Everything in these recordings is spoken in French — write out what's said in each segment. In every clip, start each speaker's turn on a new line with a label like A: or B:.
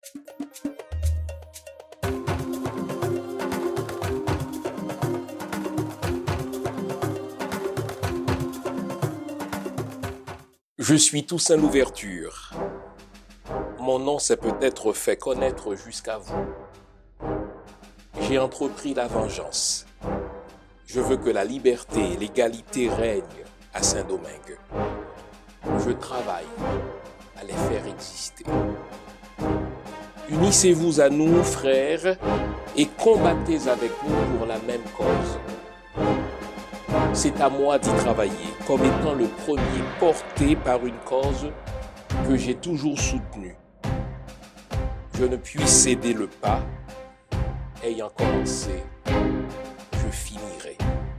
A: Je suis Toussaint Louverture. Mon nom s'est peut-être fait connaître jusqu'à vous. J'ai entrepris la vengeance. Je veux que la liberté et l'égalité règnent à Saint-Domingue. Je travaille à les faire exister. Unissez-vous à nous, frères, et combattez avec nous pour la même cause. C'est à moi d'y travailler comme étant le premier porté par une cause que j'ai toujours soutenue. Je ne puis céder le pas. Ayant commencé, je finirai.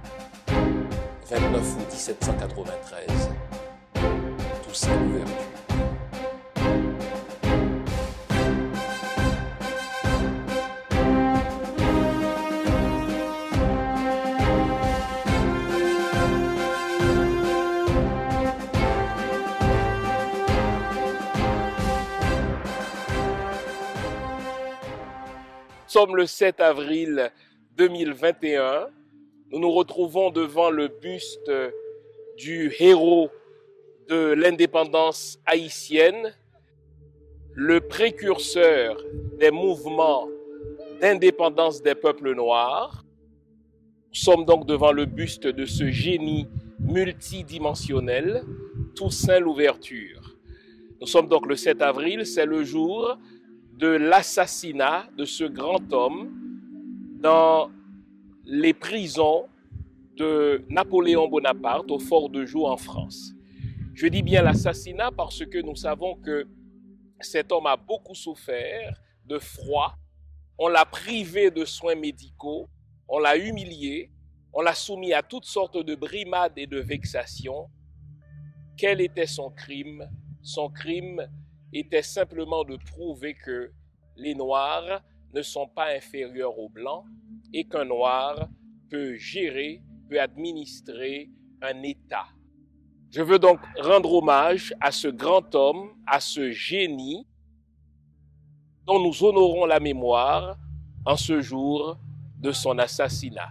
A: 29 août 1793, Toussaint Louverture. Nous sommes le 7 avril 2021. Nous nous retrouvons devant le buste du héros de l'indépendance haïtienne, le précurseur des mouvements d'indépendance des peuples noirs. Nous sommes donc devant le buste de ce génie multidimensionnel, Toussaint Louverture. Nous sommes donc le 7 avril, c'est le jour de l'assassinat de ce grand homme dans les prisons de Napoléon Bonaparte au Fort de Joux en France. Je dis bien l'assassinat parce que nous savons que cet homme a beaucoup souffert de froid. On l'a privé de soins médicaux, on l'a humilié, on l'a soumis à toutes sortes de brimades et de vexations. Quel était son crime? Son crime était simplement de prouver que les Noirs ne sont pas inférieurs aux Blancs et qu'un Noir peut gérer, peut administrer un État. Je veux donc rendre hommage à ce grand homme, à ce génie dont nous honorons la mémoire en ce jour de son assassinat.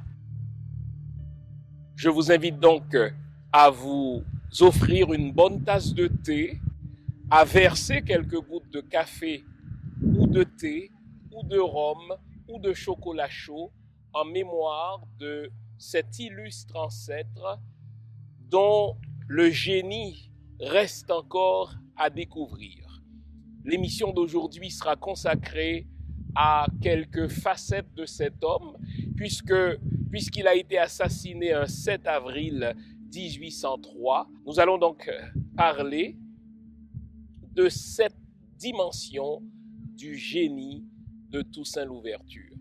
A: Je vous invite donc à vous offrir une bonne tasse de thé, à verser quelques gouttes de café ou de thé ou de rhum ou de chocolat chaud en mémoire de cet illustre ancêtre dont le génie reste encore à découvrir. L'émission d'aujourd'hui sera consacrée à quelques facettes de cet homme puisqu'il a été assassiné un 7 avril 1803. Nous allons donc parler de cette dimension du génie de Toussaint Louverture.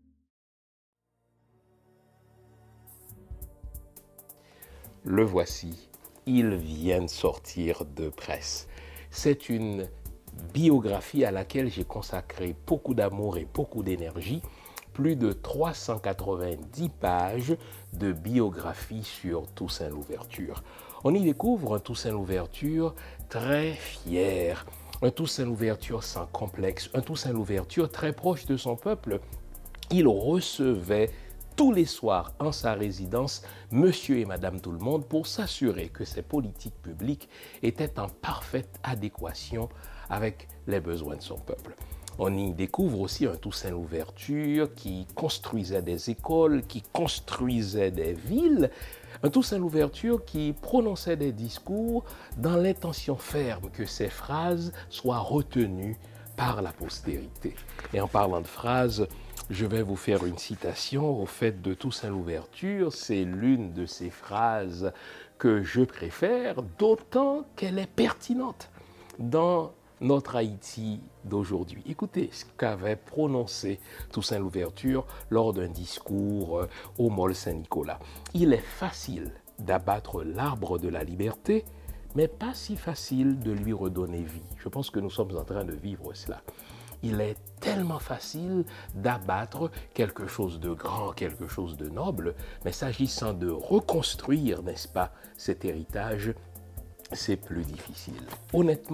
A: Le voici, il vient de sortir de presse. C'est une biographie à laquelle j'ai consacré beaucoup d'amour et beaucoup d'énergie, plus de 390 pages de biographie sur Toussaint Louverture. On y découvre un Toussaint Louverture très fier, un Toussaint Louverture sans complexe, un Toussaint Louverture très proche de son peuple. Il recevait tous les soirs en sa résidence monsieur et madame tout le monde pour s'assurer que ses politiques publiques étaient en parfaite adéquation avec les besoins de son peuple. On y découvre aussi un Toussaint Louverture qui construisait des écoles, qui construisait des villes, un Toussaint Louverture qui prononçait des discours dans l'intention ferme que ces phrases soient retenues par la postérité. Et en parlant de phrases, je vais vous faire une citation au fait de Toussaint Louverture. C'est l'une de ces phrases que je préfère, d'autant qu'elle est pertinente dans notre Haïti d'aujourd'hui. Écoutez ce qu'avait prononcé Toussaint Louverture lors d'un discours au Mall Saint-Nicolas. Il est facile d'abattre l'arbre de la liberté, mais pas si facile de lui redonner vie. Je pense que nous sommes en train de vivre cela. Il est tellement facile d'abattre quelque chose de grand, quelque chose de noble, mais s'agissant de reconstruire, n'est-ce pas, cet héritage, c'est plus difficile. Honnêtement,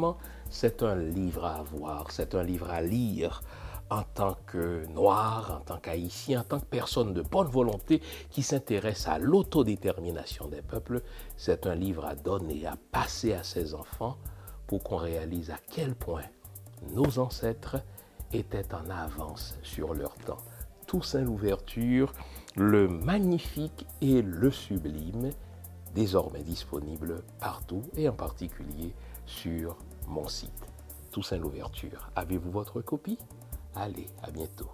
A: c'est un livre à avoir, c'est un livre à lire en tant que noir, en tant qu'haïtien, en tant que personne de bonne volonté qui s'intéresse à l'autodétermination des peuples. C'est un livre à donner, à passer à ses enfants pour qu'on réalise à quel point nos ancêtres étaient en avance sur leur temps. Toussaint Louverture, le magnifique et le sublime, désormais disponible partout et en particulier sur mon site. Toussaint Louverture, avez-vous votre copie? Allez, à bientôt.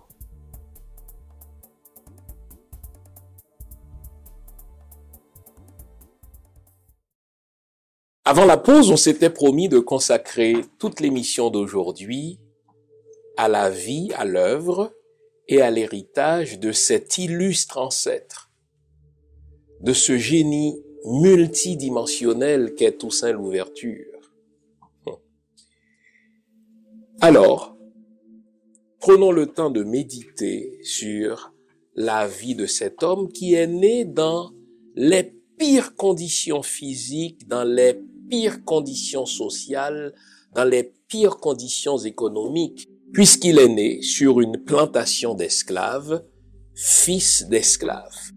A: Avant la pause, on s'était promis de consacrer toute l'émission d'aujourd'hui à la vie, à l'œuvre et à l'héritage de cet illustre ancêtre, de ce génie multidimensionnel qu'est Toussaint Louverture. Alors, prenons le temps de méditer sur la vie de cet homme qui est né dans les pires conditions physiques, dans les pires conditions sociales, dans les pires conditions économiques, puisqu'il est né sur une plantation d'esclaves, fils d'esclaves.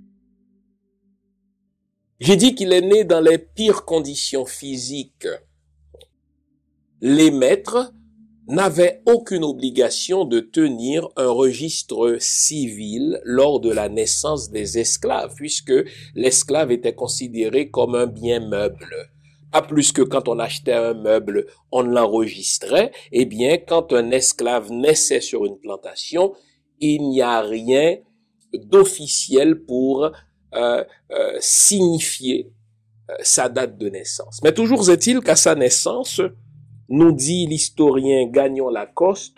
A: J'ai dit qu'il est né dans les pires conditions physiques. Les maîtres n'avaient aucune obligation de tenir un registre civil lors de la naissance des esclaves, puisque l'esclave était considéré comme un bien meuble. Pas plus que quand on achetait un meuble, on l'enregistrait. Eh bien, quand un esclave naissait sur une plantation, il n'y a rien d'officiel pour signifier sa date de naissance. Mais toujours est-il qu'à sa naissance, nous dit l'historien Gagnon Lacoste,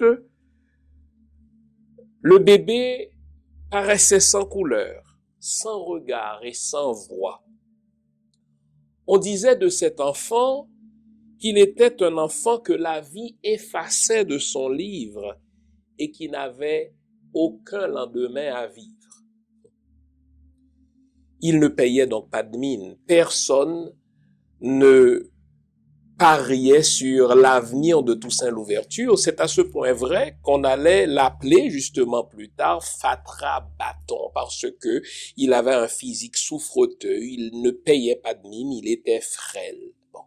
A: le bébé paraissait sans couleur, sans regard et sans voix. On disait de cet enfant qu'il était un enfant que la vie effaçait de son livre et qui n'avait aucun lendemain à vivre. Il ne payait donc pas de mine. Personne ne pariait sur l'avenir de Toussaint Louverture. C'est à ce point vrai qu'on allait l'appeler justement plus tard Fatra Bâton parce que il avait un physique souffreteux, il ne payait pas de mine, il était frêle. Bon.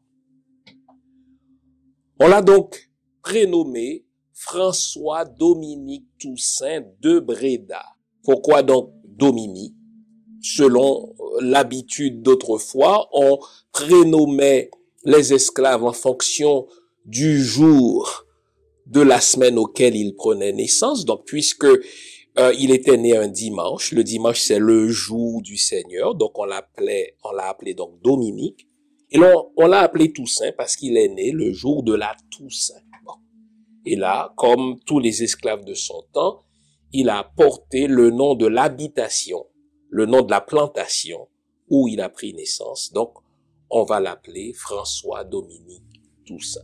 A: On l'a donc prénommé François Dominique Toussaint de Bréda. Pourquoi donc Dominique? Selon l'habitude d'autrefois, on prénommait les esclaves en fonction du jour de la semaine auquel ils prenaient naissance. Donc, puisque il était né un dimanche, le dimanche c'est le jour du Seigneur, donc on l'a appelé donc Dominique. Et on l'a appelé Toussaint parce qu'il est né le jour de la Toussaint. Bon. Et là, comme tous les esclaves de son temps, il a porté le nom de l'habitation, le nom de la plantation où il a pris naissance. Donc, on va l'appeler François Dominique Toussaint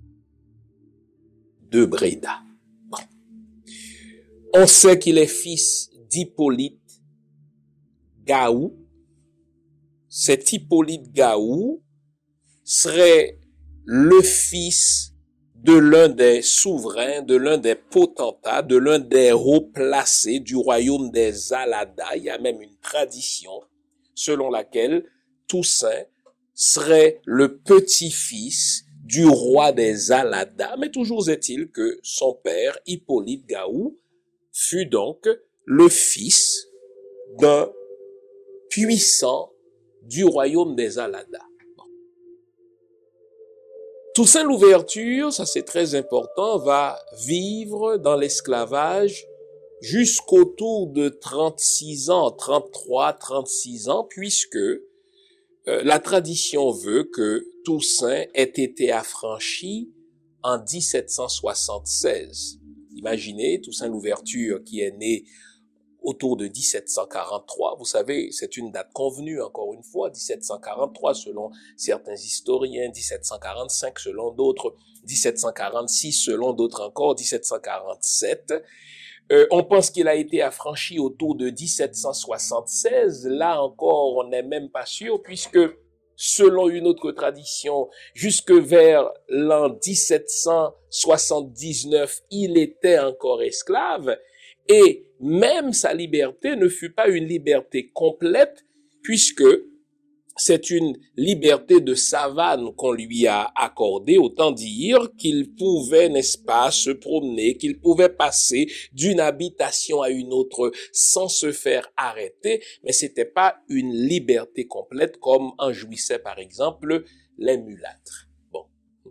A: de Bréda. Bon. On sait qu'il est fils d'Hippolyte Gaou. Cet Hippolyte Gaou serait le fils de l'un des souverains, de l'un des potentats, de l'un des hauts placés du royaume des Aladas. Il y a même une tradition selon laquelle Toussaint serait le petit-fils du roi des Aladas. Mais toujours est-il que son père, Hippolyte Gaou, fut donc le fils d'un puissant du royaume des Aladas. Toussaint Louverture, ça c'est très important, va vivre dans l'esclavage jusqu'autour de 36 ans, 33, 36 ans, puisque la tradition veut que Toussaint ait été affranchi en 1776. Imaginez Toussaint Louverture qui est né autour de 1743. Vous savez, c'est une date convenue, encore une fois, 1743 selon certains historiens, 1745 selon d'autres, 1746 selon d'autres encore, 1747. On pense qu'il a été affranchi autour de 1776. Là encore, on n'est même pas sûr puisque selon une autre tradition, jusque vers l'an 1779, il était encore esclave, et même sa liberté ne fut pas une liberté complète, puisque c'est une liberté de savane qu'on lui a accordée, autant dire qu'il pouvait, n'est-ce pas, se promener, qu'il pouvait passer d'une habitation à une autre sans se faire arrêter, mais c'était pas une liberté complète comme en jouissaient par exemple les mulâtres. Bon.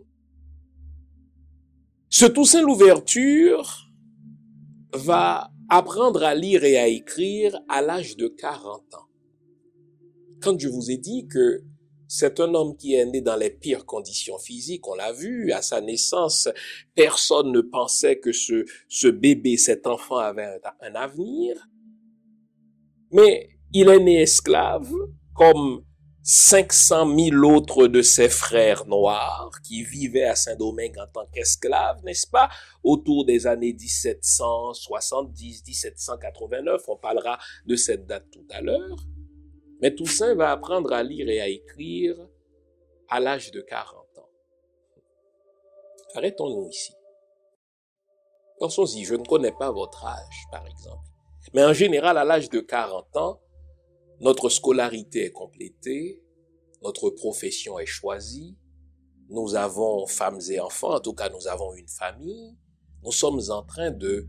A: Ce Toussaint Louverture va apprendre à lire et à écrire à l'âge de 40 ans. Quand je vous ai dit que c'est un homme qui est né dans les pires conditions physiques, on l'a vu, à sa naissance, personne ne pensait que ce bébé, cet enfant avait un avenir. Mais il est né esclave, comme 500 000 autres de ses frères noirs qui vivaient à Saint-Domingue en tant qu'esclaves, n'est-ce pas, autour des années 1770, 1789, on parlera de cette date tout à l'heure. Mais Toussaint va apprendre à lire et à écrire à l'âge de 40 ans. Arrêtons-nous ici. Pensons-y, je ne connais pas votre âge, par exemple. Mais en général, à l'âge de 40 ans, notre scolarité est complétée, notre profession est choisie, nous avons femmes et enfants, en tout cas nous avons une famille, nous sommes en train de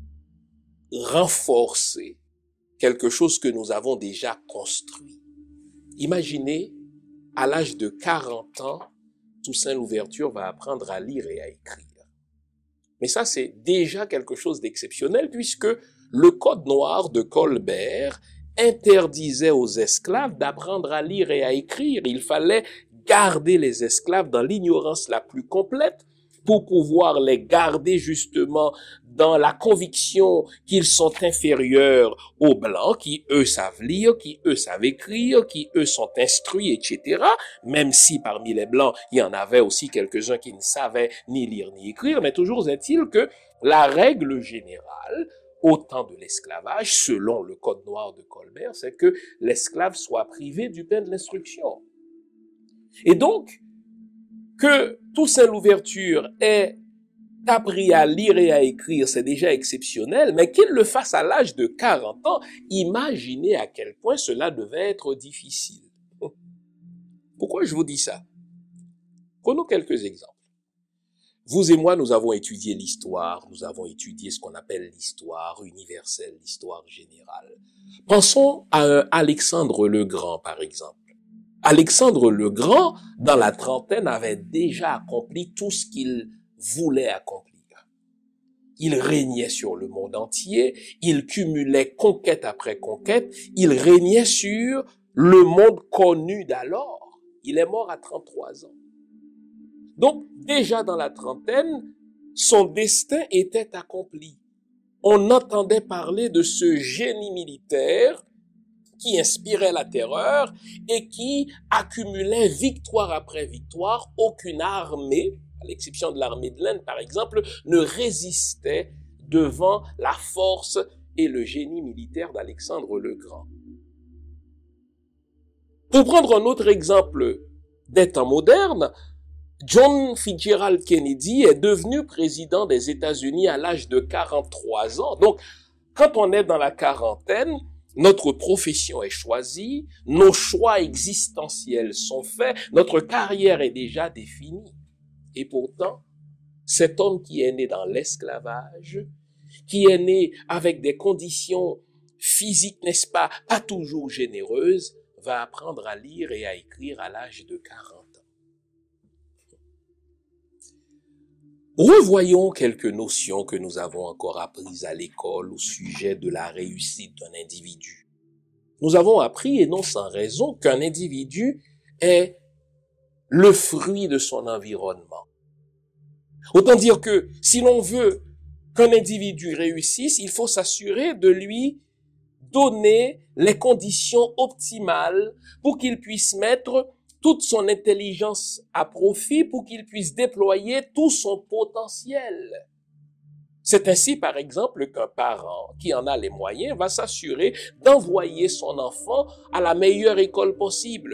A: renforcer quelque chose que nous avons déjà construit. Imaginez, à l'âge de 40 ans, Toussaint Louverture va apprendre à lire et à écrire. Mais ça, c'est déjà quelque chose d'exceptionnel puisque le Code noir de Colbert interdisait aux esclaves d'apprendre à lire et à écrire. Il fallait garder les esclaves dans l'ignorance la plus complète pour pouvoir les garder justement dans la conviction qu'ils sont inférieurs aux Blancs, qui eux savent lire, qui eux savent écrire, qui eux sont instruits, etc. Même si parmi les Blancs, il y en avait aussi quelques-uns qui ne savaient ni lire ni écrire, mais toujours est-il que la règle générale, au temps de l'esclavage, selon le Code noir de Colbert, c'est que l'esclave soit privé du pain de l'instruction. Et donc, que Toussaint Louverture ait appris à lire et à écrire, c'est déjà exceptionnel, mais qu'il le fasse à l'âge de 40 ans, imaginez à quel point cela devait être difficile. Pourquoi je vous dis ça? Prenons quelques exemples. Vous et moi, nous avons étudié l'histoire, nous avons étudié ce qu'on appelle l'histoire universelle, l'histoire générale. Pensons à Alexandre le Grand, par exemple. Alexandre le Grand, dans la trentaine, avait déjà accompli tout ce qu'il voulait accomplir. Il régnait sur le monde entier, il cumulait conquête après conquête, il régnait sur le monde connu d'alors. Il est mort à 33 ans. Donc, déjà dans la trentaine, son destin était accompli. On entendait parler de ce génie militaire qui inspirait la terreur et qui accumulait victoire après victoire. Aucune armée, à l'exception de l'armée de l'Inde par exemple, ne résistait devant la force et le génie militaire d'Alexandre le Grand. Pour prendre un autre exemple des temps modernes, John Fitzgerald Kennedy est devenu président des États-Unis à l'âge de 43 ans. Donc, quand on est dans la quarantaine, notre profession est choisie, nos choix existentiels sont faits, notre carrière est déjà définie. Et pourtant, cet homme qui est né dans l'esclavage, qui est né avec des conditions physiques, n'est-ce pas, pas toujours généreuses, va apprendre à lire et à écrire à l'âge de 40 ans. Revoyons quelques notions que nous avons encore apprises à l'école au sujet de la réussite d'un individu. Nous avons appris, et non sans raison, qu'un individu est le fruit de son environnement. Autant dire que si l'on veut qu'un individu réussisse, il faut s'assurer de lui donner les conditions optimales pour qu'il puisse mettre toute son intelligence à profit, pour qu'il puisse déployer tout son potentiel. C'est ainsi, par exemple, qu'un parent qui en a les moyens va s'assurer d'envoyer son enfant à la meilleure école possible.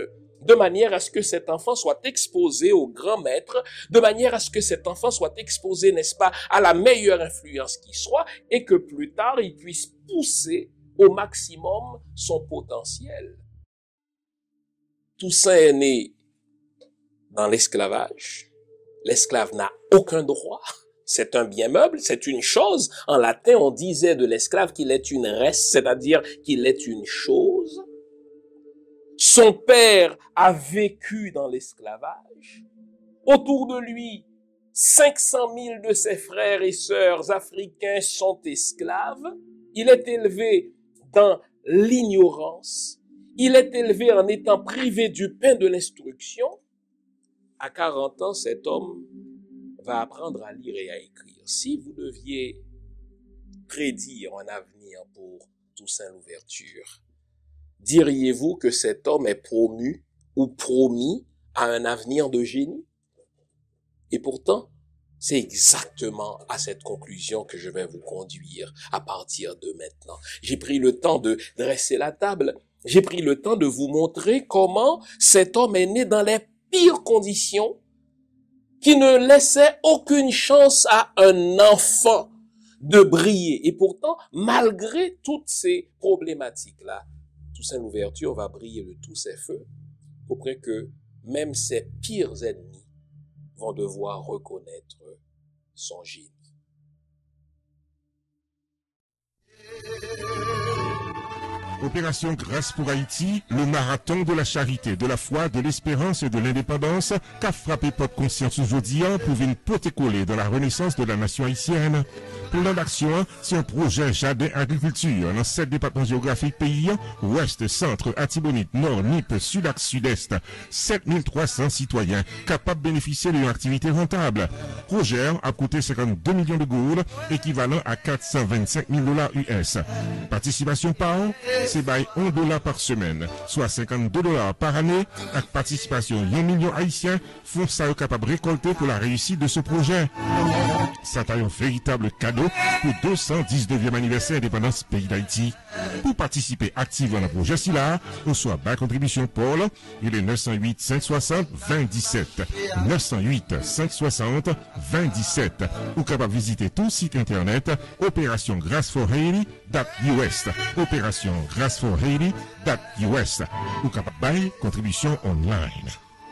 A: de manière à ce que cet enfant soit exposé au grand maître, de manière à ce que cet enfant soit exposé, n'est-ce pas, à la meilleure influence qui soit, et que plus tard, il puisse pousser au maximum son potentiel. Toussaint est né dans l'esclavage. L'esclave n'a aucun droit. C'est un bien meuble, c'est une chose. En latin, on disait de l'esclave qu'il est une res, c'est-à-dire qu'il est une chose. Son père a vécu dans l'esclavage. Autour de lui, 500 000 de ses frères et sœurs africains sont esclaves. Il est élevé dans l'ignorance. Il est élevé en étant privé du pain de l'instruction. À 40 ans, cet homme va apprendre à lire et à écrire. Si vous deviez prédire un avenir pour Toussaint Louverture, diriez-vous que cet homme est promu ou promis à un avenir de génie? Et pourtant, c'est exactement à cette conclusion que je vais vous conduire à partir de maintenant. J'ai pris le temps de dresser la table. J'ai pris le temps de vous montrer comment cet homme est né dans les pires conditions, qui ne laissait aucune chance à un enfant de briller. Et pourtant, malgré toutes ces problématiques-là, Toussaint Louverture va briller de tous ses feux, auprès que même ses pires ennemis vont devoir reconnaître son génie.
B: Opération Grâce pour Haïti, le marathon de la charité, de la foi, de l'espérance et de l'indépendance qu'a frappé porte conscience aujourd'hui pour une pote-coller dans la renaissance de la nation haïtienne. Plan d'action, c'est un projet jardin agriculture dans 7 départements géographiques pays, ouest, centre, Atibonite, nord, Nip, sud-axe, sud-est. 7300 citoyens capables de bénéficier d'une activité rentable. Projet a coûté 52 millions de gourdes, équivalent à 425 000 $ US. Participation par an, c'est by $1 par semaine, soit $52 par année, avec participation 1 million haïtiens, font ça capable de récolter pour la réussite de ce projet. C'est un véritable cadeau pour 219e anniversaire indépendance pays d'Haïti. Pour participer activement dans le projet SILA, on soit bas contribution Paul, il est 908 560 2017. 908 560 2017. Ou capable de visiter tout site internet Opération Grâce for Haiti.us. Opération Grâce for Haiti.us. Ou capable de contribution online.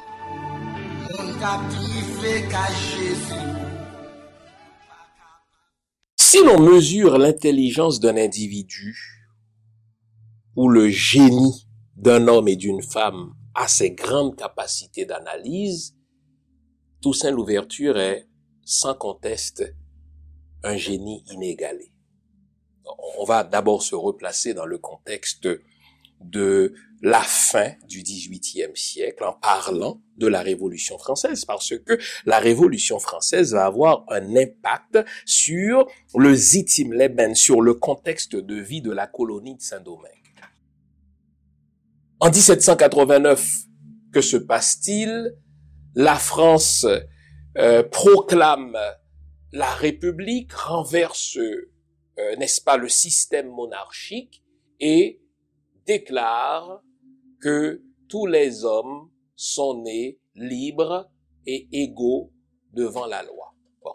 A: Si l'on mesure l'intelligence d'un individu ou le génie d'un homme et d'une femme à ses grandes capacités d'analyse, Toussaint Louverture est, sans conteste, un génie inégalé. On va d'abord se replacer dans le contexte de la fin du XVIIIe siècle en parlant de la Révolution française, parce que la Révolution française va avoir un impact sur le Zitim-Leben, sur le contexte de vie de la colonie de Saint-Domingue. En 1789, que se passe-t-il? La France proclame la République, renverse, n'est-ce pas, le système monarchique et déclare que tous les hommes sont nés libres et égaux devant la loi. Bon.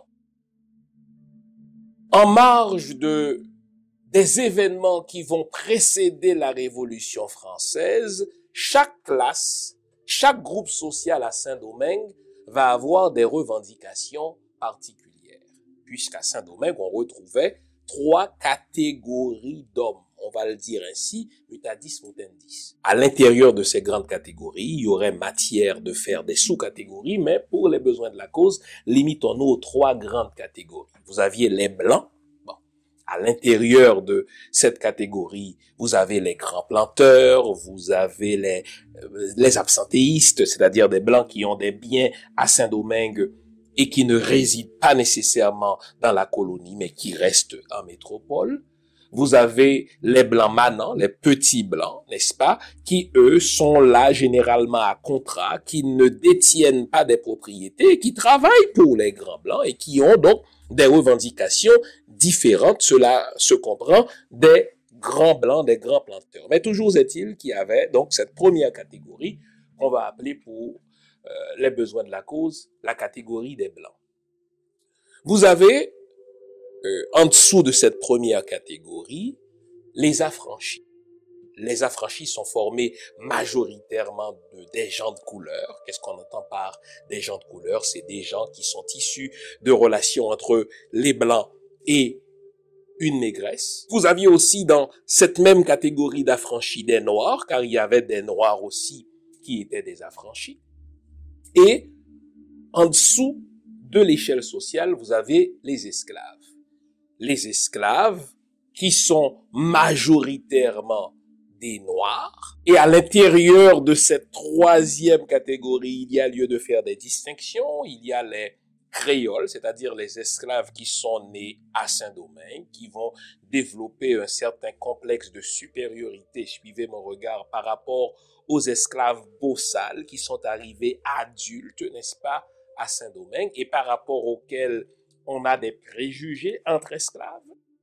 A: En marge des événements qui vont précéder la Révolution française, chaque classe, chaque groupe social à Saint-Domingue va avoir des revendications particulières, puisqu'à Saint-Domingue, on retrouvait 3 catégories d'hommes. On va le dire ainsi, mutadis mutandis. À l'intérieur de ces grandes catégories, il y aurait matière de faire des sous-catégories, mais pour les besoins de la cause, limitons-nous aux 3 grandes catégories. Vous aviez les blancs. Bon. À l'intérieur de cette catégorie, vous avez les grands planteurs, vous avez les absentéistes, c'est-à-dire des blancs qui ont des biens à Saint-Domingue et qui ne résident pas nécessairement dans la colonie, mais qui restent en métropole. Vous avez les blancs manants, les petits blancs, n'est-ce pas, qui, eux, sont là généralement à contrat, qui ne détiennent pas des propriétés, qui travaillent pour les grands blancs et qui ont donc des revendications différentes. Cela se comprend des grands blancs, des grands planteurs. Mais toujours est-il qu'il y avait donc cette première catégorie qu'on va appeler pour les besoins de la cause la catégorie des Blancs. Vous avez, en dessous de cette première catégorie, les affranchis. Les affranchis sont formés majoritairement des gens de couleur. Qu'est-ce qu'on entend par des gens de couleur? C'est des gens qui sont issus de relations entre les Blancs et une négresse. Vous aviez aussi dans cette même catégorie d'affranchis des Noirs, car il y avait des Noirs aussi qui étaient des affranchis. Et en dessous de l'échelle sociale, vous avez les esclaves. Les esclaves qui sont majoritairement des Noirs. Et à l'intérieur de cette troisième catégorie, il y a lieu de faire des distinctions. Il y a les créoles, c'est-à-dire les esclaves qui sont nés à Saint-Domingue, qui vont développer un certain complexe de supériorité, suivez mon regard, par rapport aux esclaves bossales qui sont arrivés adultes, n'est-ce pas, à Saint-Domingue, et par rapport auxquels on a des préjugés entre esclaves.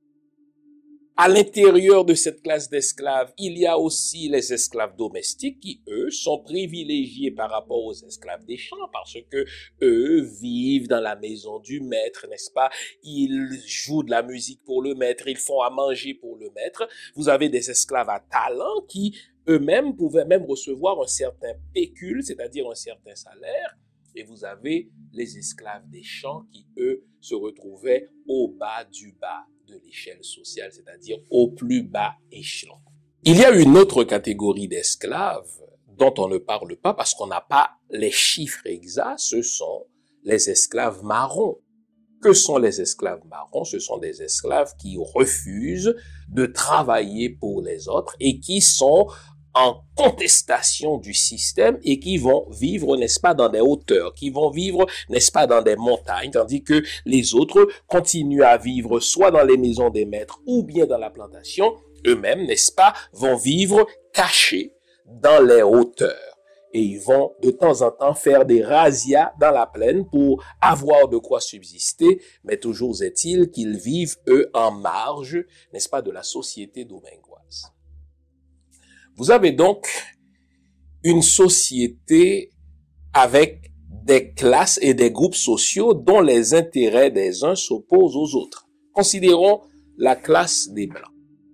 A: À l'intérieur de cette classe d'esclaves, il y a aussi les esclaves domestiques qui, eux, sont privilégiés par rapport aux esclaves des champs parce que eux vivent dans la maison du maître, n'est-ce pas? Ils jouent de la musique pour le maître, ils font à manger pour le maître. Vous avez des esclaves à talent qui, eux-mêmes, pouvaient même recevoir un certain pécule, c'est-à-dire un certain salaire. Et vous avez les esclaves des champs qui, eux, se retrouvaient au bas du bas de l'échelle sociale, c'est-à-dire au plus bas échelon. Il y a une autre catégorie d'esclaves dont on ne parle pas parce qu'on n'a pas les chiffres exacts, ce sont les esclaves marrons. Que sont les esclaves marrons? Ce sont des esclaves qui refusent de travailler pour les autres et qui sont en contestation du système et qui vont vivre, n'est-ce pas, dans des hauteurs, qui vont vivre, n'est-ce pas, dans des montagnes, tandis que les autres continuent à vivre soit dans les maisons des maîtres ou bien dans la plantation, eux-mêmes, n'est-ce pas, vont vivre cachés dans les hauteurs. Et ils vont de temps en temps faire des razzias dans la plaine pour avoir de quoi subsister, mais toujours est-il qu'ils vivent, eux, en marge, n'est-ce pas, de la société domingoise. Vous avez donc une société avec des classes et des groupes sociaux dont les intérêts des uns s'opposent aux autres. Considérons la classe des Blancs.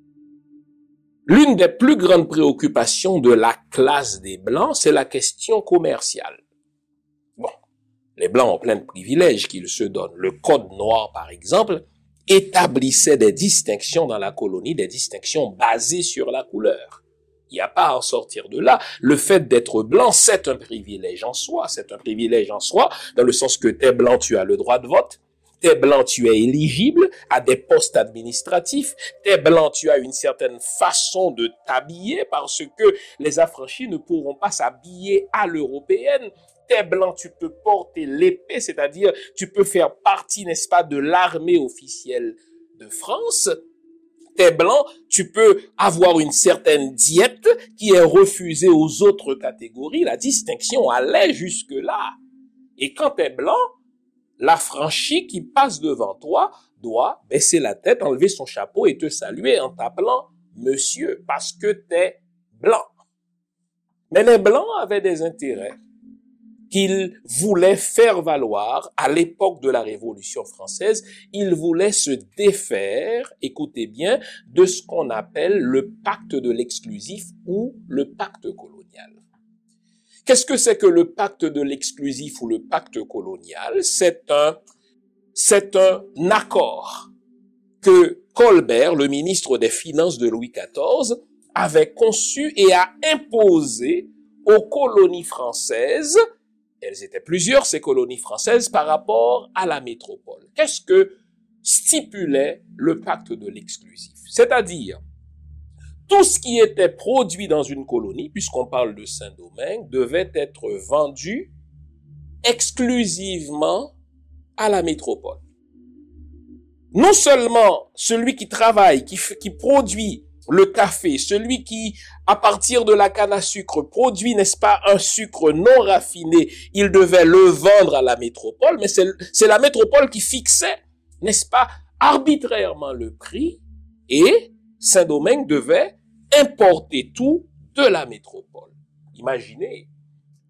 A: L'une des plus grandes préoccupations de la classe des Blancs, c'est la question commerciale. Bon, les Blancs ont plein de privilèges qu'ils se donnent. Le Code noir, par exemple, établissait des distinctions dans la colonie, des distinctions basées sur la couleur. Il n'y a pas à en sortir de là. Le fait d'être blanc, c'est un privilège en soi. C'est un privilège en soi, dans le sens que t'es blanc, tu as le droit de vote. T'es blanc, tu es éligible à des postes administratifs. T'es blanc, tu as une certaine façon de t'habiller parce que les affranchis ne pourront pas s'habiller à l'européenne. T'es blanc, tu peux porter l'épée, c'est-à-dire tu peux faire partie, n'est-ce pas, de l'armée officielle de France. T'es blanc, tu peux avoir une certaine diète qui est refusée aux autres catégories. La distinction allait jusque-là. Et quand t'es blanc, l'affranchi qui passe devant toi doit baisser la tête, enlever son chapeau et te saluer en t'appelant monsieur, parce que t'es blanc. Mais les blancs avaient des intérêts qu'ils voulaient faire valoir à l'époque de la Révolution française. Ils voulaient se défaire, écoutez bien, de ce qu'on appelle le pacte de l'exclusif ou le pacte colonial. Qu'est-ce que c'est que le pacte de l'exclusif ou le pacte colonial? C'est un accord que Colbert, le ministre des Finances de Louis XIV, avait conçu et a imposé aux colonies françaises. Elles étaient plusieurs, ces colonies françaises, par rapport à la métropole. Qu'est-ce que stipulait le pacte de l'exclusif? C'est-à-dire, tout ce qui était produit dans une colonie, puisqu'on parle de Saint-Domingue, devait être vendu exclusivement à la métropole. Non seulement celui qui travaille, qui produit le café, celui qui, à partir de la canne à sucre, produit, n'est-ce pas, un sucre non raffiné, il devait le vendre à la métropole, mais c'est la métropole qui fixait, n'est-ce pas, arbitrairement le prix, et Saint-Domingue devait importer tout de la métropole. Imaginez,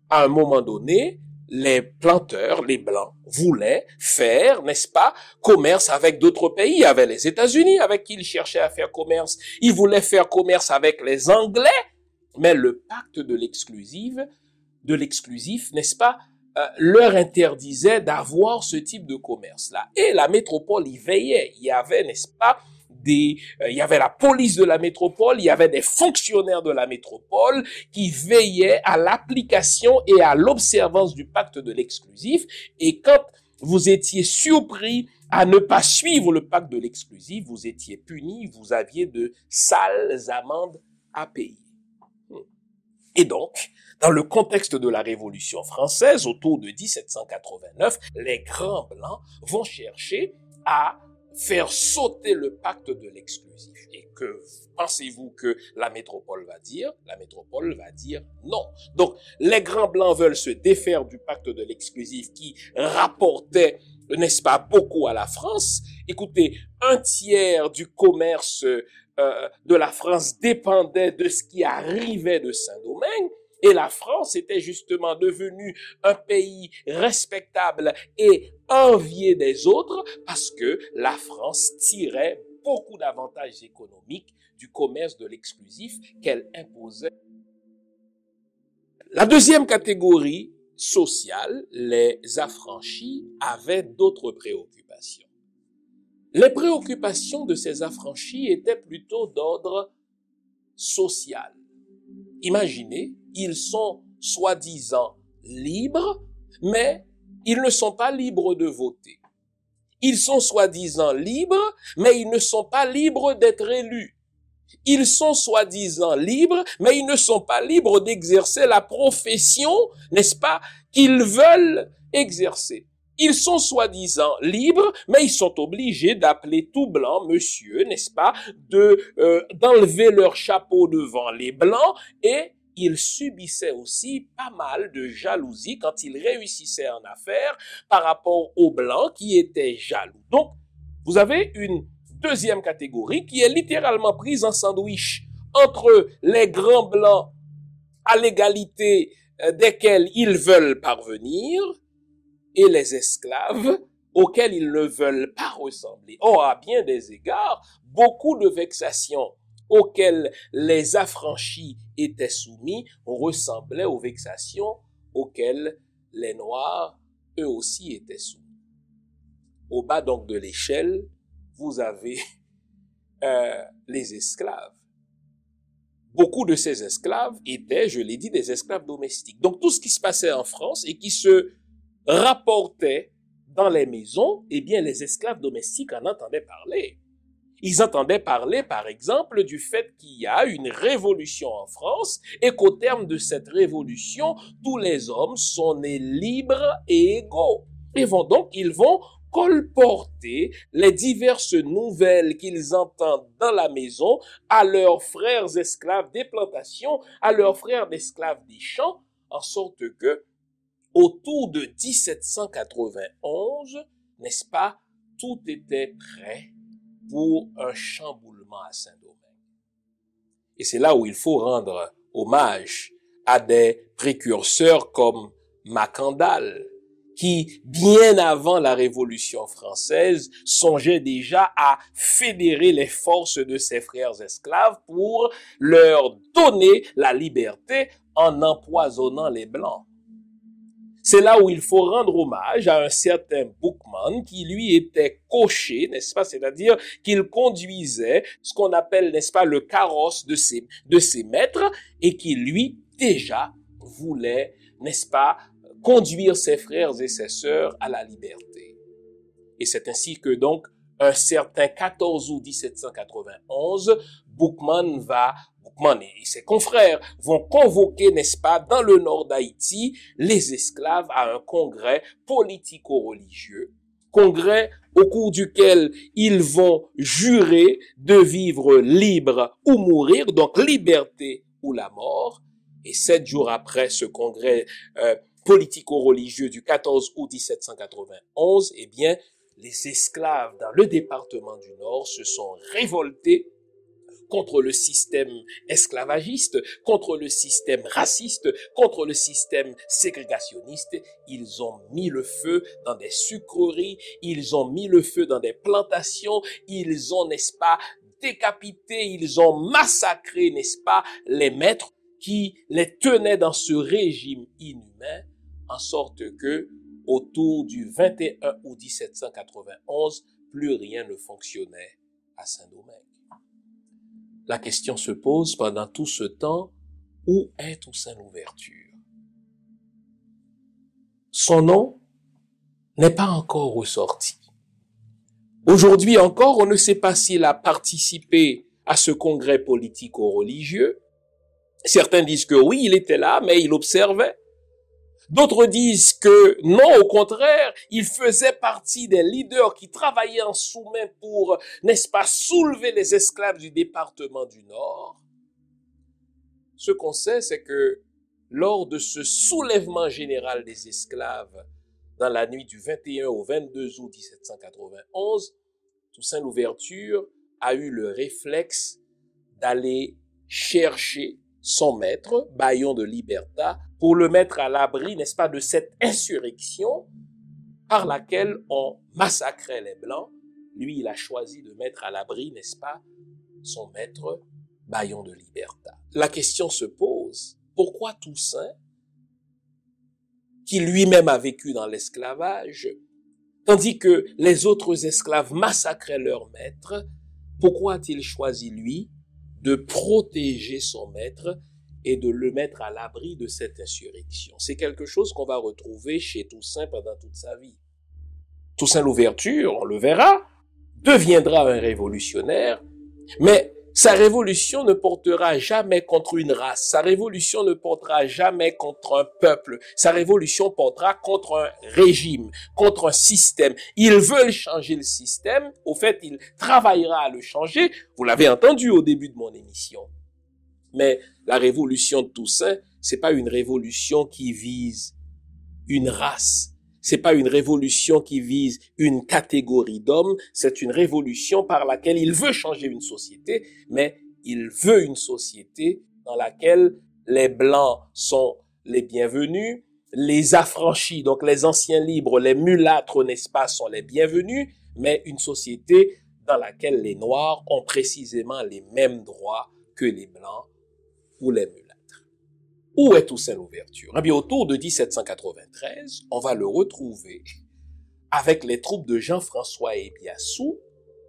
A: à un moment donné, les planteurs, les Blancs, voulaient faire, n'est-ce pas, commerce avec d'autres pays. Il y avait les États-Unis avec qui ils cherchaient à faire commerce. Ils voulaient faire commerce avec les Anglais. Mais le pacte de l'exclusif, n'est-ce pas, leur interdisait d'avoir ce type de commerce-là. Et la métropole y veillait. Il y avait, n'est-ce pas, il y avait la police de la métropole, il y avait des fonctionnaires de la métropole qui veillaient à l'application et à l'observance du pacte de l'exclusif. Et quand vous étiez surpris à ne pas suivre le pacte de l'exclusif, vous étiez puni, vous aviez de sales amendes à payer. Et donc, dans le contexte de la Révolution française, autour de 1789, les grands Blancs vont chercher à faire sauter le pacte de l'exclusif. Et que pensez-vous que la métropole va dire? La métropole va dire non. Donc, les grands Blancs veulent se défaire du pacte de l'exclusif qui rapportait, n'est-ce pas, beaucoup à la France. Écoutez, un tiers du commerce de la France dépendait de ce qui arrivait de Saint-Domingue. Et la France était justement devenue un pays respectable et envié des autres parce que la France tirait beaucoup d'avantages économiques du commerce de l'exclusif qu'elle imposait. La deuxième catégorie sociale, les affranchis, avaient d'autres préoccupations. Les préoccupations de ces affranchis étaient plutôt d'ordre social. Imaginez, ils sont soi-disant libres, mais ils ne sont pas libres de voter. Ils sont soi-disant libres, mais ils ne sont pas libres d'être élus. Ils sont soi-disant libres, mais ils ne sont pas libres d'exercer la profession, n'est-ce pas, qu'ils veulent exercer. Ils sont soi-disant libres, mais ils sont obligés d'appeler tout blanc monsieur, n'est-ce pas, d'enlever leur chapeau devant les blancs, et ils subissaient aussi pas mal de jalousie quand ils réussissaient en affaires par rapport aux blancs qui étaient jaloux. Donc, vous avez une deuxième catégorie qui est littéralement prise en sandwich entre les grands blancs à l'égalité desquels ils veulent parvenir et les esclaves auxquels ils ne veulent pas ressembler. Or, à bien des égards, beaucoup de vexations auxquelles les affranchis étaient soumis ressemblaient aux vexations auxquelles les Noirs, eux aussi, étaient soumis. Au bas donc de l'échelle, vous avez les esclaves. Beaucoup de ces esclaves étaient, je l'ai dit, des esclaves domestiques. Donc tout ce qui se passait en France et qui se rapportait dans les maisons, eh bien les esclaves domestiques en entendaient parler. Ils entendaient parler, par exemple, du fait qu'il y a une révolution en France et qu'au terme de cette révolution, tous les hommes sont nés libres et égaux. Et ils vont colporter les diverses nouvelles qu'ils entendent dans la maison à leurs frères esclaves des plantations, à leurs frères d'esclaves des champs, en sorte que, autour de 1791, n'est-ce pas, tout était prêt pour un chamboulement à Saint-Domingue. Et c'est là où il faut rendre hommage à des précurseurs comme Macandal, qui, bien avant la Révolution française, songeait déjà à fédérer les forces de ses frères esclaves pour leur donner la liberté en empoisonnant les Blancs. C'est là où il faut rendre hommage à un certain Boukman qui, lui, était cocher, n'est-ce pas? C'est-à-dire qu'il conduisait ce qu'on appelle, n'est-ce pas, le carrosse de ses maîtres et qui, lui, déjà voulait, n'est-ce pas, conduire ses frères et ses sœurs à la liberté. Et c'est ainsi que donc, un certain 14 août 1791, Boukman et ses confrères vont convoquer, n'est-ce pas, dans le nord d'Haïti, les esclaves à un congrès politico-religieux, congrès au cours duquel ils vont jurer de vivre libre ou mourir, donc liberté ou la mort. Et 7 jours après ce congrès politico-religieux du 14 août 1791, eh bien, les esclaves dans le département du Nord se sont révoltés contre le système esclavagiste, contre le système raciste, contre le système ségrégationniste. Ils ont mis le feu dans des sucreries, ils ont mis le feu dans des plantations, ils ont, n'est-ce pas, décapité, ils ont massacré, n'est-ce pas, les maîtres qui les tenaient dans ce régime inhumain, en sorte que, autour du 21 août 1791, plus rien ne fonctionnait à Saint-Domingue. La question se pose pendant tout ce temps, où est Toussaint Louverture? Son nom n'est pas encore ressorti. Aujourd'hui encore, on ne sait pas s'il a participé à ce congrès politico-religieux. Certains disent que oui, il était là, mais il observait. D'autres disent que non, au contraire, il faisait partie des leaders qui travaillaient en sous-main pour, n'est-ce pas, soulever les esclaves du département du Nord. Ce qu'on sait, c'est que lors de ce soulèvement général des esclaves dans la nuit du 21 au 22 août 1791, Toussaint Louverture a eu le réflexe d'aller chercher son maître, Bayon de Liberta, pour le mettre à l'abri, n'est-ce pas, de cette insurrection par laquelle on massacrait les Blancs. Lui, il a choisi de mettre à l'abri, n'est-ce pas, son maître, Bayon de Liberta. La question se pose, pourquoi Toussaint, qui lui-même a vécu dans l'esclavage, tandis que les autres esclaves massacraient leur maître, pourquoi a-t-il choisi, lui, de protéger son maître et de le mettre à l'abri de cette insurrection? C'est quelque chose qu'on va retrouver chez Toussaint pendant toute sa vie. Toussaint Louverture, on le verra, deviendra un révolutionnaire, mais sa révolution ne portera jamais contre une race, sa révolution ne portera jamais contre un peuple, sa révolution portera contre un régime, contre un système. Ils veulent changer le système, au fait, il travaillera à le changer, vous l'avez entendu au début de mon émission. Mais la révolution de Toussaint, c'est pas une révolution qui vise une race, c'est pas une révolution qui vise une catégorie d'hommes, c'est une révolution par laquelle il veut changer une société, mais il veut une société dans laquelle les Blancs sont les bienvenus, les affranchis, donc les anciens libres, les mulâtres, n'est-ce pas, sont les bienvenus, mais une société dans laquelle les Noirs ont précisément les mêmes droits que les Blancs ou les mulâtres. Où est Toussaint Louverture? Eh bien, autour de 1793, on va le retrouver avec les troupes de Jean-François Ebiassou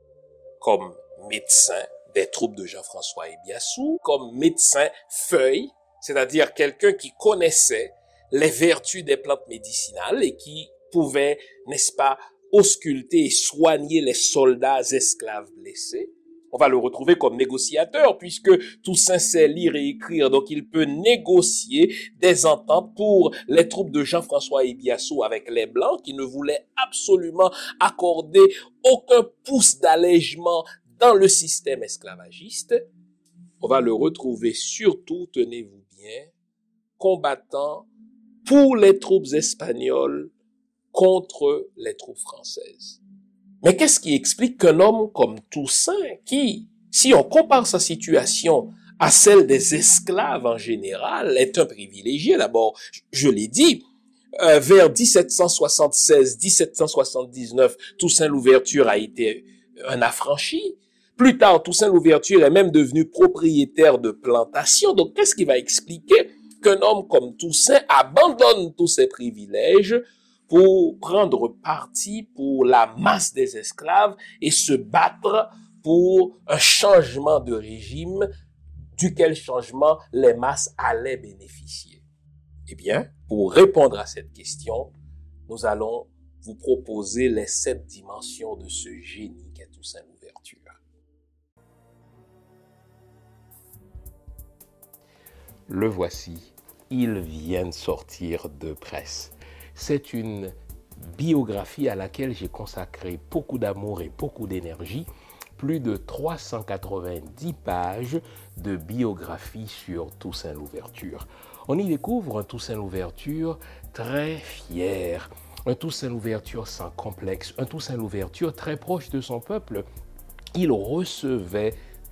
A: comme médecin des troupes de Jean-François Ebiassou, comme médecin feuille, c'est-à-dire quelqu'un qui connaissait les vertus des plantes médicinales et qui pouvait, n'est-ce pas, ausculter et soigner les soldats esclaves blessés. On va le retrouver comme négociateur puisque Toussaint sait lire et écrire, donc il peut négocier des ententes pour les troupes de Jean-François Ebiassou avec les Blancs qui ne voulaient absolument accorder aucun pouce d'allègement dans le système esclavagiste. On va le retrouver surtout, tenez-vous bien, combattant pour les troupes espagnoles contre les troupes françaises. Mais qu'est-ce qui explique qu'un homme comme Toussaint, qui, si on compare sa situation à celle des esclaves en général, est un privilégié? D'abord, je l'ai dit, vers 1776-1779, Toussaint Louverture a été un affranchi. Plus tard, Toussaint Louverture est même devenu propriétaire de plantations. Donc, qu'est-ce qui va expliquer qu'un homme comme Toussaint abandonne tous ses privilèges pour prendre parti pour la masse des esclaves et se battre pour un changement de régime duquel changement les masses allaient bénéficier? Eh bien, pour répondre à cette question, nous allons vous proposer les 7 dimensions de ce génie qu'est Toussaint Louverture. Le voici, il vient de sortir de presse. C'est une biographie à laquelle j'ai consacré beaucoup d'amour et beaucoup d'énergie, plus de 390 pages de biographie sur Toussaint Louverture. On y découvre un Toussaint Louverture très fier, un Toussaint Louverture sans complexe, un Toussaint Louverture très proche de son peuple. Il recevait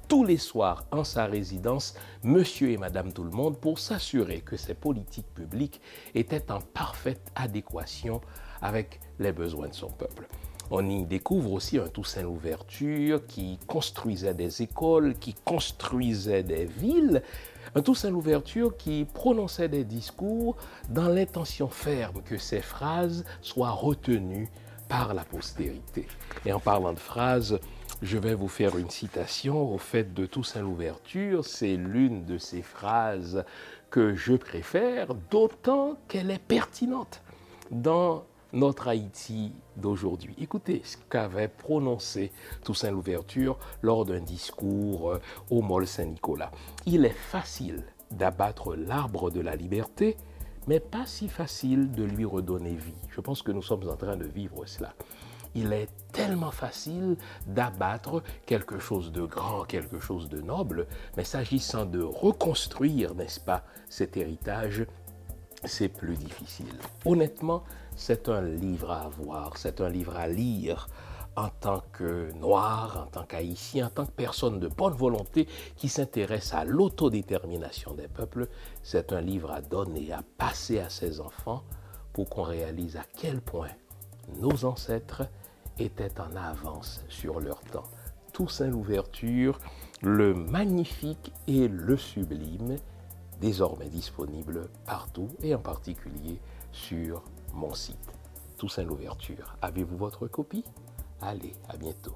A: tous les soirs en sa résidence Monsieur et Madame Tout-le-Monde pour s'assurer que ses politiques publiques étaient en parfaite adéquation avec les besoins de son peuple. On y découvre aussi un Toussaint Louverture qui construisait des écoles, qui construisait des villes, un Toussaint Louverture qui prononçait des discours dans l'intention ferme que ces phrases soient retenues par la postérité. Et en parlant de phrases, je vais vous faire une citation au fait de Toussaint Louverture. C'est l'une de ces phrases que je préfère, d'autant qu'elle est pertinente dans notre Haïti d'aujourd'hui. Écoutez ce qu'avait prononcé Toussaint Louverture lors d'un discours au Mall Saint-Nicolas. Il est facile d'abattre l'arbre de la liberté, mais pas si facile de lui redonner vie. Je pense que nous sommes en train de vivre cela. Il est tellement facile d'abattre quelque chose de grand, quelque chose de noble, mais s'agissant de reconstruire, n'est-ce pas, cet héritage, c'est plus difficile. Honnêtement, c'est un livre à avoir, c'est un livre à lire en tant que noir, en tant qu'haïtien, en tant que personne de bonne volonté qui s'intéresse à l'autodétermination des peuples. C'est un livre à donner, à passer à ses enfants pour qu'on réalise à quel point nos ancêtres étaient en avance sur leur temps. Toussaint Louverture, le magnifique et le sublime, désormais disponible partout et en particulier sur mon site. Toussaint Louverture. Avez-vous votre copie? Allez, à bientôt.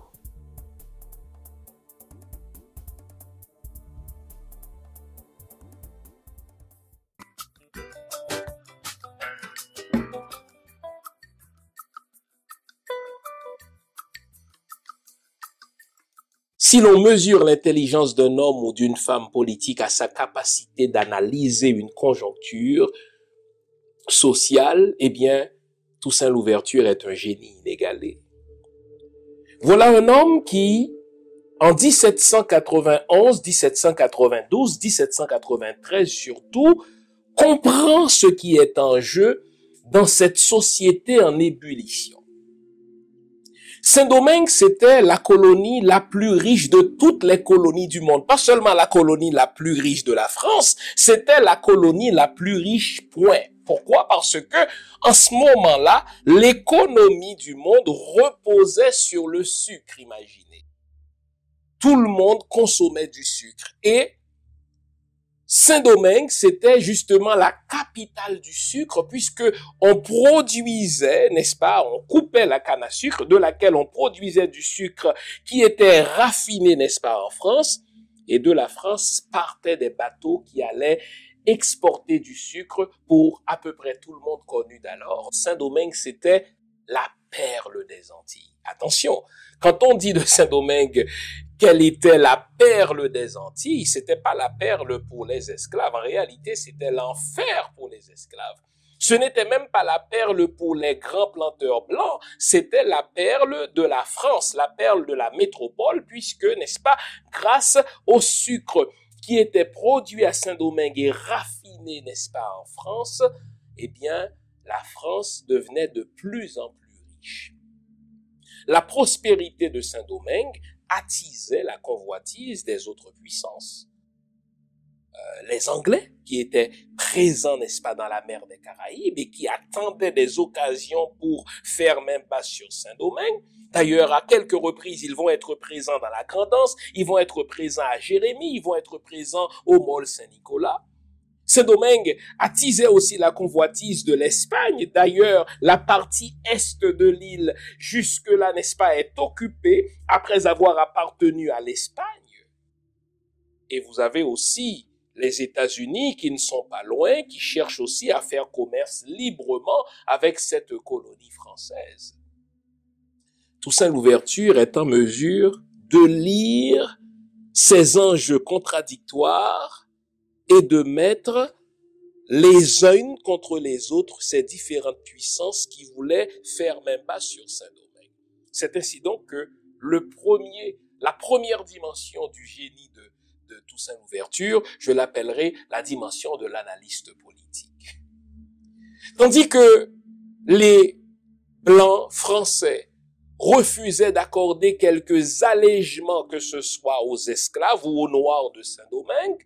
A: Si l'on mesure l'intelligence d'un homme ou d'une femme politique à sa capacité d'analyser une conjoncture sociale, eh bien, Toussaint Louverture est un génie inégalé. Voilà un homme qui, en 1791, 1792, 1793 surtout, comprend ce qui est en jeu dans cette société en ébullition. Saint-Domingue, c'était la colonie la plus riche de toutes les colonies du monde. Pas seulement la colonie la plus riche de la France, c'était la colonie la plus riche, point. Pourquoi? Parce que, en ce moment-là, l'économie du monde reposait sur le sucre, imaginez. Tout le monde consommait du sucre. Et Saint-Domingue, c'était justement la capitale du sucre puisque on produisait, n'est-ce pas, on coupait la canne à sucre de laquelle on produisait du sucre qui était raffiné, n'est-ce pas, en France. Et de la France partaient des bateaux qui allaient exporter du sucre pour à peu près tout le monde connu d'alors. Saint-Domingue, c'était la perle des Antilles. Attention, quand on dit de Saint-Domingue qu'elle était la perle des Antilles, c'était pas la perle pour les esclaves. En réalité, c'était l'enfer pour les esclaves. Ce n'était même pas la perle pour les grands planteurs blancs, c'était la perle de la France, la perle de la métropole, puisque, n'est-ce pas, grâce au sucre qui était produit à Saint-Domingue et raffiné, n'est-ce pas, en France, eh bien, la France devenait de plus en plus riche. La prospérité de Saint-Domingue attisait la convoitise des autres puissances. Les Anglais, qui étaient présents, n'est-ce pas, dans la mer des Caraïbes et qui attendaient des occasions pour faire main basse sur Saint-Domingue. D'ailleurs, à quelques reprises, ils vont être présents dans la Grand'Anse, ils vont être présents à Jérémie, ils vont être présents au Mall Saint-Nicolas. Saint-Domingue attisait aussi la convoitise de l'Espagne. D'ailleurs, la partie est de l'île, jusque-là, n'est-ce pas, est occupée après avoir appartenu à l'Espagne. Et vous avez aussi les États-Unis qui ne sont pas loin, qui cherchent aussi à faire commerce librement avec cette colonie française. Toussaint Louverture est en mesure de lire ces enjeux contradictoires et de mettre les uns contre les autres ces différentes puissances qui voulaient faire main basse sur Saint-Domingue. C'est ainsi donc que la première dimension du génie de Toussaint Louverture, je l'appellerai la dimension de l'analyste politique. Tandis que les Blancs français refusait d'accorder quelques allègements que ce soit aux esclaves ou aux Noirs de Saint-Domingue,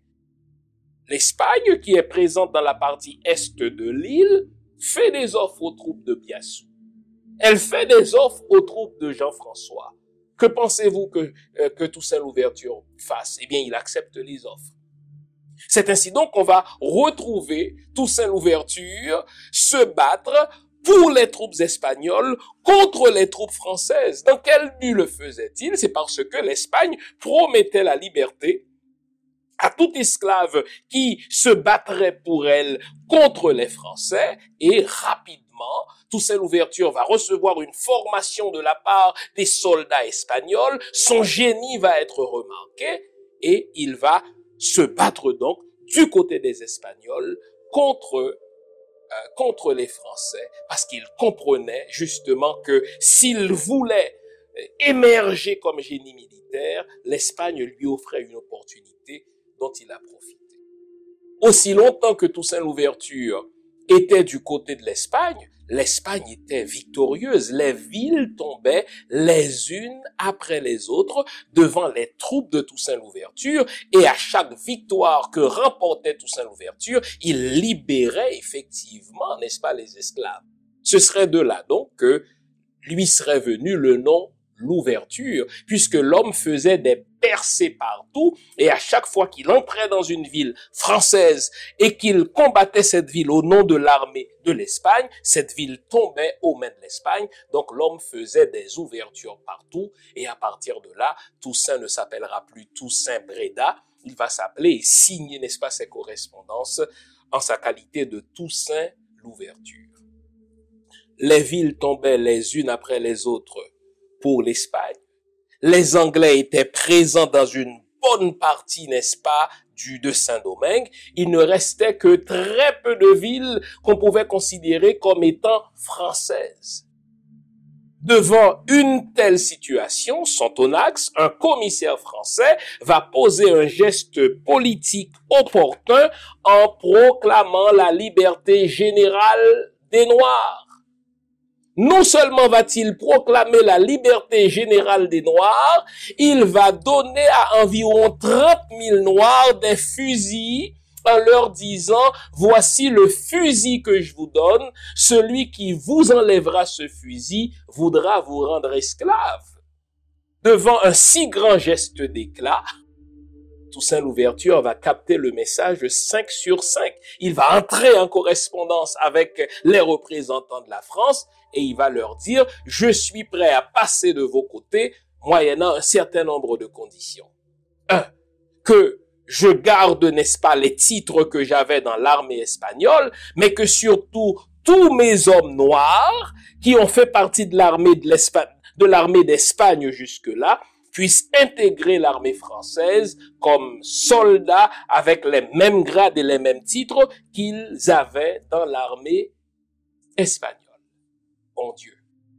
A: l'Espagne, qui est présente dans la partie est de l'île, fait des offres aux troupes de Biassou. Elle fait des offres aux troupes de Jean-François. Que pensez-vous que Toussaint Louverture fasse? Eh bien, il accepte les offres. C'est ainsi donc qu'on va retrouver Toussaint Louverture se battre pour les troupes espagnoles contre les troupes françaises. Dans quel but le faisait-il? C'est parce que l'Espagne promettait la liberté à tout esclave qui se battrait pour elle contre les Français, et rapidement, Toussaint Louverture va recevoir une formation de la part des soldats espagnols, son génie va être remarqué, et il va se battre donc du côté des Espagnols contre les Français, parce qu'il comprenait justement que s'il voulait émerger comme génie militaire, l'Espagne lui offrait une opportunité dont il a profité. Aussi longtemps que Toussaint Louverture était du côté de l'Espagne, l'Espagne était victorieuse. Les villes tombaient les unes après les autres devant les troupes de Toussaint Louverture, et à chaque victoire que remportait Toussaint Louverture, il libérait effectivement, n'est-ce pas, les esclaves. Ce serait de là donc que lui serait venu le nom Louverture, puisque l'homme faisait des percées partout, et à chaque fois qu'il entrait dans une ville française et qu'il combattait cette ville au nom de l'armée de l'Espagne, cette ville tombait aux mains de l'Espagne. Donc l'homme faisait des ouvertures partout, et à partir de là, Toussaint ne s'appellera plus Toussaint Breda, il va s'appeler et signer, n'est-ce pas, ses correspondances en sa qualité de Toussaint Louverture. Les villes tombaient les unes après les autres pour l'Espagne. Les Anglais étaient présents dans une bonne partie, n'est-ce pas, de Saint-Domingue. Il ne restait que très peu de villes qu'on pouvait considérer comme étant françaises. Devant une telle situation, Sontonax, un commissaire français, va poser un geste politique opportun en proclamant la liberté générale des Noirs. Non seulement va-t-il proclamer la liberté générale des Noirs, il va donner à environ 30 000 Noirs des fusils en leur disant « Voici le fusil que je vous donne, celui qui vous enlèvera ce fusil voudra vous rendre esclave. » Devant un si grand geste d'éclat, Toussaint Louverture va capter le message 5 sur 5. Il va entrer en correspondance avec les représentants de la France et il va leur dire « Je suis prêt à passer de vos côtés moyennant un certain nombre de conditions. 1. Que je garde, n'est-ce pas, les titres que j'avais dans l'armée espagnole, mais que surtout tous mes hommes noirs qui ont fait partie de l'armée d'Espagne jusque-là puissent intégrer l'armée française comme soldats avec les mêmes grades et les mêmes titres qu'ils avaient dans l'armée espagnole. Bon Dieu,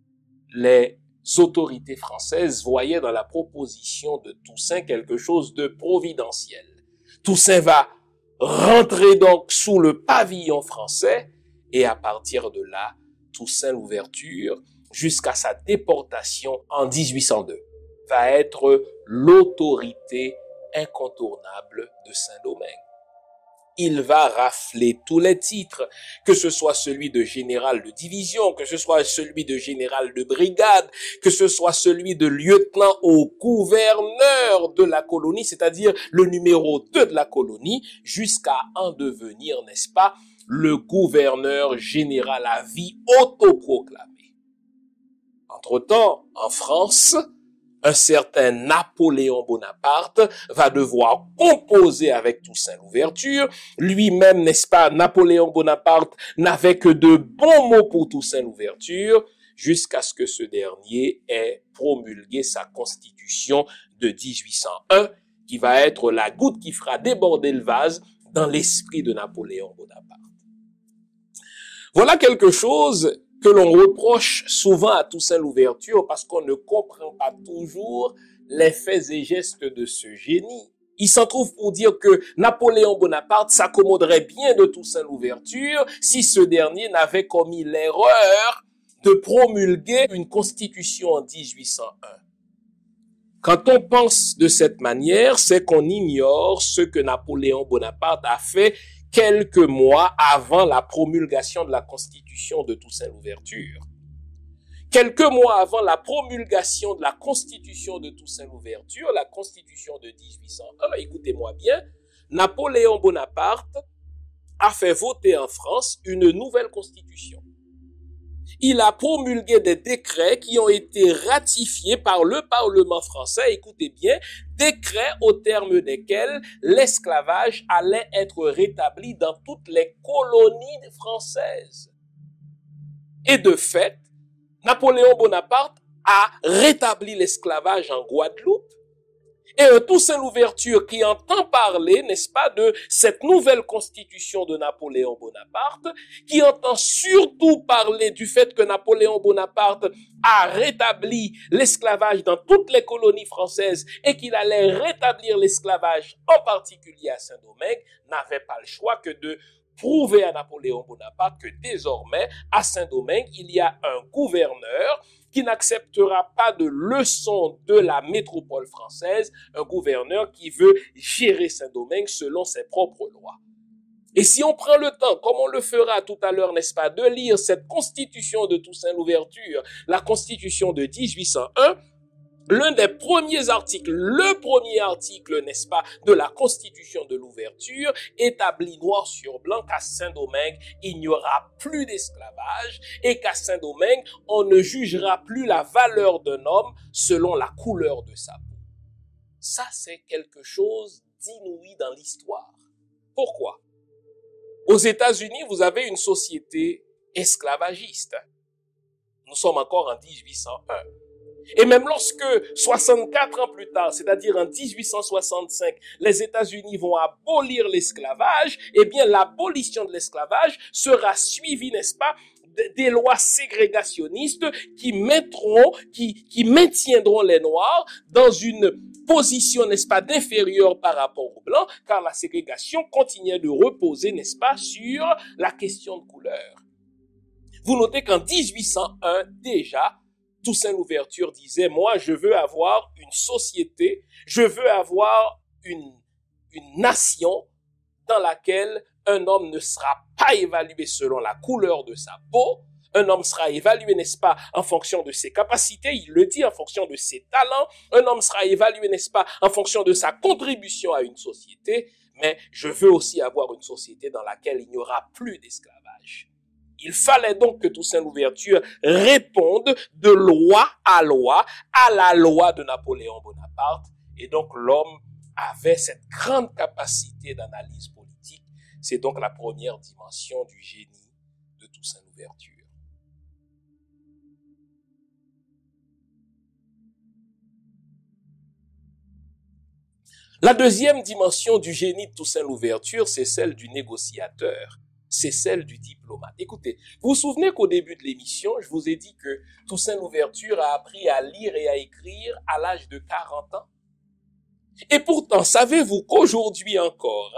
A: les autorités françaises voyaient dans la proposition de Toussaint quelque chose de providentiel. Toussaint va rentrer donc sous le pavillon français et à partir de là, Toussaint Louverture, jusqu'à sa déportation en 1802, va être l'autorité incontournable de Saint-Domingue. Il va rafler tous les titres, que ce soit celui de général de division, que ce soit celui de général de brigade, que ce soit celui de lieutenant au gouverneur de la colonie, c'est-à-dire le numéro 2 de la colonie, jusqu'à en devenir, n'est-ce pas, le gouverneur général à vie autoproclamé. Entre-temps, en France, un certain Napoléon Bonaparte va devoir composer avec Toussaint Louverture. Lui-même, n'est-ce pas, Napoléon Bonaparte n'avait que de bons mots pour Toussaint Louverture jusqu'à ce que ce dernier ait promulgué sa constitution de 1801 qui va être la goutte qui fera déborder le vase dans l'esprit de Napoléon Bonaparte. Voilà quelque chose que l'on reproche souvent à Toussaint Louverture parce qu'on ne comprend pas toujours les faits et gestes de ce génie. Il s'en trouve pour dire que Napoléon Bonaparte s'accommoderait bien de Toussaint Louverture si ce dernier n'avait commis l'erreur de promulguer une constitution en 1801. Quand on pense de cette manière, c'est qu'on ignore ce que Napoléon Bonaparte a fait quelques mois avant la promulgation de la constitution de Toussaint Louverture. Quelques mois avant la promulgation de la constitution de Toussaint Louverture, la constitution de 1801, écoutez-moi bien, Napoléon Bonaparte a fait voter en France une nouvelle constitution. Il a promulgué des décrets qui ont été ratifiés par le Parlement français, écoutez bien, décrets au terme desquels l'esclavage allait être rétabli dans toutes les colonies françaises. Et de fait, Napoléon Bonaparte a rétabli l'esclavage en Guadeloupe. Et un Toussaint Louverture qui entend parler, n'est-ce pas, de cette nouvelle constitution de Napoléon Bonaparte, qui entend surtout parler du fait que Napoléon Bonaparte a rétabli l'esclavage dans toutes les colonies françaises et qu'il allait rétablir l'esclavage en particulier à Saint-Domingue, n'avait pas le choix que de prouver à Napoléon Bonaparte que désormais, à Saint-Domingue, il y a un gouverneur qui n'acceptera pas de leçons de la métropole française, un gouverneur qui veut gérer Saint-Domingue selon ses propres lois. Et si on prend le temps, comme on le fera tout à l'heure, n'est-ce pas, de lire cette constitution de Toussaint Louverture, la constitution de 1801, l'un des premiers articles, le premier article, n'est-ce pas, de la Constitution de l'ouverture, établit noir sur blanc qu'à Saint-Domingue, il n'y aura plus d'esclavage et qu'à Saint-Domingue, on ne jugera plus la valeur d'un homme selon la couleur de sa peau. Ça, c'est quelque chose d'inouï dans l'histoire. Pourquoi? Aux États-Unis, vous avez une société esclavagiste. Nous sommes encore en 1801. Et même lorsque 64 ans plus tard, c'est-à-dire en 1865, les États-Unis vont abolir l'esclavage, eh bien l'abolition de l'esclavage sera suivie, n'est-ce pas, des lois ségrégationnistes qui maintiendront les Noirs dans une position, n'est-ce pas, d'inférieure par rapport aux Blancs, car la ségrégation continuait de reposer, n'est-ce pas, sur la question de couleur. Vous notez qu'en 1801, déjà, Toussaint Louverture disait, moi, je veux avoir une société, je veux avoir une nation dans laquelle un homme ne sera pas évalué selon la couleur de sa peau, un homme sera évalué, n'est-ce pas, en fonction de ses capacités, il le dit, en fonction de ses talents, un homme sera évalué, n'est-ce pas, en fonction de sa contribution à une société, mais je veux aussi avoir une société dans laquelle il n'y aura plus d'esclavage. Il fallait donc que Toussaint Louverture réponde de loi à la loi de Napoléon Bonaparte. Et donc l'homme avait cette grande capacité d'analyse politique. C'est donc la première dimension du génie de Toussaint Louverture. La deuxième dimension du génie de Toussaint Louverture, c'est celle du négociateur. C'est celle du diplomate. Écoutez, vous vous souvenez qu'au début de l'émission, je vous ai dit que Toussaint Louverture a appris à lire et à écrire à l'âge de 40 ans. Et pourtant, savez-vous qu'aujourd'hui encore,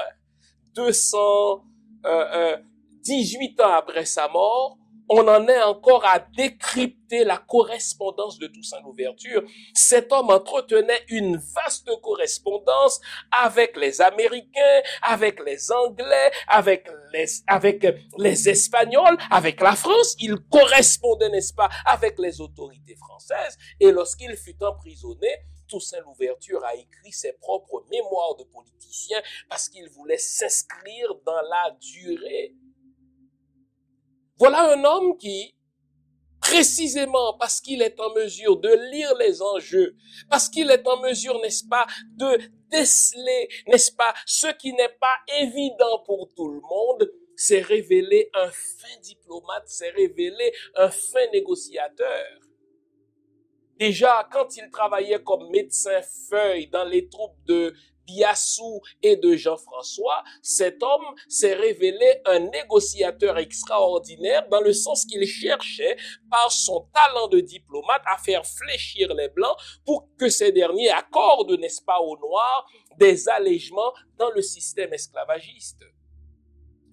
A: 218 ans après sa mort, on en est encore à décrypter la correspondance de Toussaint Louverture. Cet homme entretenait une vaste correspondance avec les Américains, avec les Anglais, avec les Espagnols, avec la France. Il correspondait, n'est-ce pas, avec les autorités françaises. Et lorsqu'il fut emprisonné, Toussaint Louverture a écrit ses propres mémoires de politicien parce qu'il voulait s'inscrire dans la durée. Voilà un homme qui, précisément parce qu'il est en mesure de lire les enjeux, parce qu'il est en mesure, n'est-ce pas, de déceler, n'est-ce pas, ce qui n'est pas évident pour tout le monde, s'est révélé un fin diplomate, s'est révélé un fin négociateur. Déjà, quand il travaillait comme médecin feuille dans les troupes de Biassou et de Jean-François, cet homme s'est révélé un négociateur extraordinaire dans le sens qu'il cherchait, par son talent de diplomate, à faire fléchir les Blancs pour que ces derniers accordent, n'est-ce pas, aux Noirs, des allègements dans le système esclavagiste.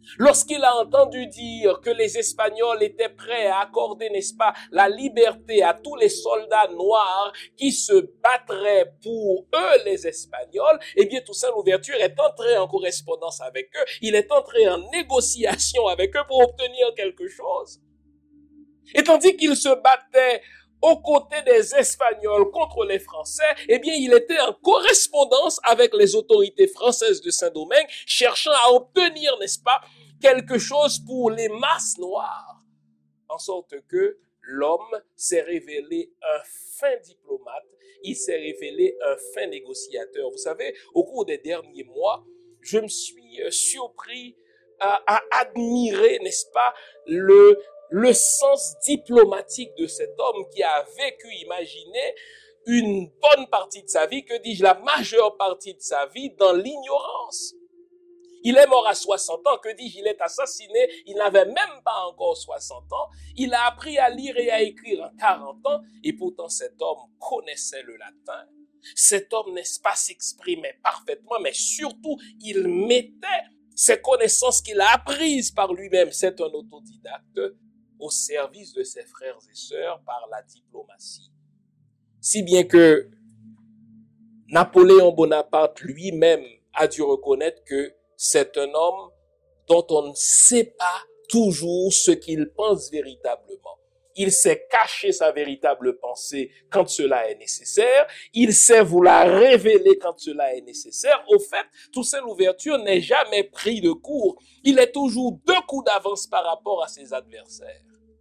A: Lorsqu'il a entendu dire que les Espagnols étaient prêts à accorder, n'est-ce pas, la liberté à tous les soldats noirs qui se battraient pour eux, les Espagnols, eh bien, Toussaint Louverture est entré en correspondance avec eux. Il est entré en négociation avec eux pour obtenir quelque chose. Et tandis qu'il se battait aux côtés des Espagnols contre les Français, eh bien, il était en correspondance avec les autorités françaises de Saint-Domingue, cherchant à obtenir, n'est-ce pas, quelque chose pour les masses noires. En sorte que l'homme s'est révélé un fin diplomate, il s'est révélé un fin négociateur. Vous savez, au cours des derniers mois, je me suis surpris à admirer, n'est-ce pas, le sens diplomatique de cet homme qui a vécu, imaginez, une bonne partie de sa vie, que dis-je, la majeure partie de sa vie dans l'ignorance. Il est mort à 60 ans, que dis-je, il est assassiné, il n'avait même pas encore 60 ans. Il a appris à lire et à écrire en 40 ans, et pourtant cet homme connaissait le latin. Cet homme, n'est-ce pas, s'exprimait parfaitement, mais surtout, il mettait ses connaissances qu'il a apprises par lui-même, c'est un autodidacte, au service de ses frères et sœurs par la diplomatie. Si bien que Napoléon Bonaparte lui-même a dû reconnaître que c'est un homme dont on ne sait pas toujours ce qu'il pense véritablement. Il sait cacher sa véritable pensée quand cela est nécessaire. Il sait vous la révéler quand cela est nécessaire. Au fait, Toussaint Louverture n'est jamais pris de court. Il est toujours 2 coups d'avance par rapport à ses adversaires.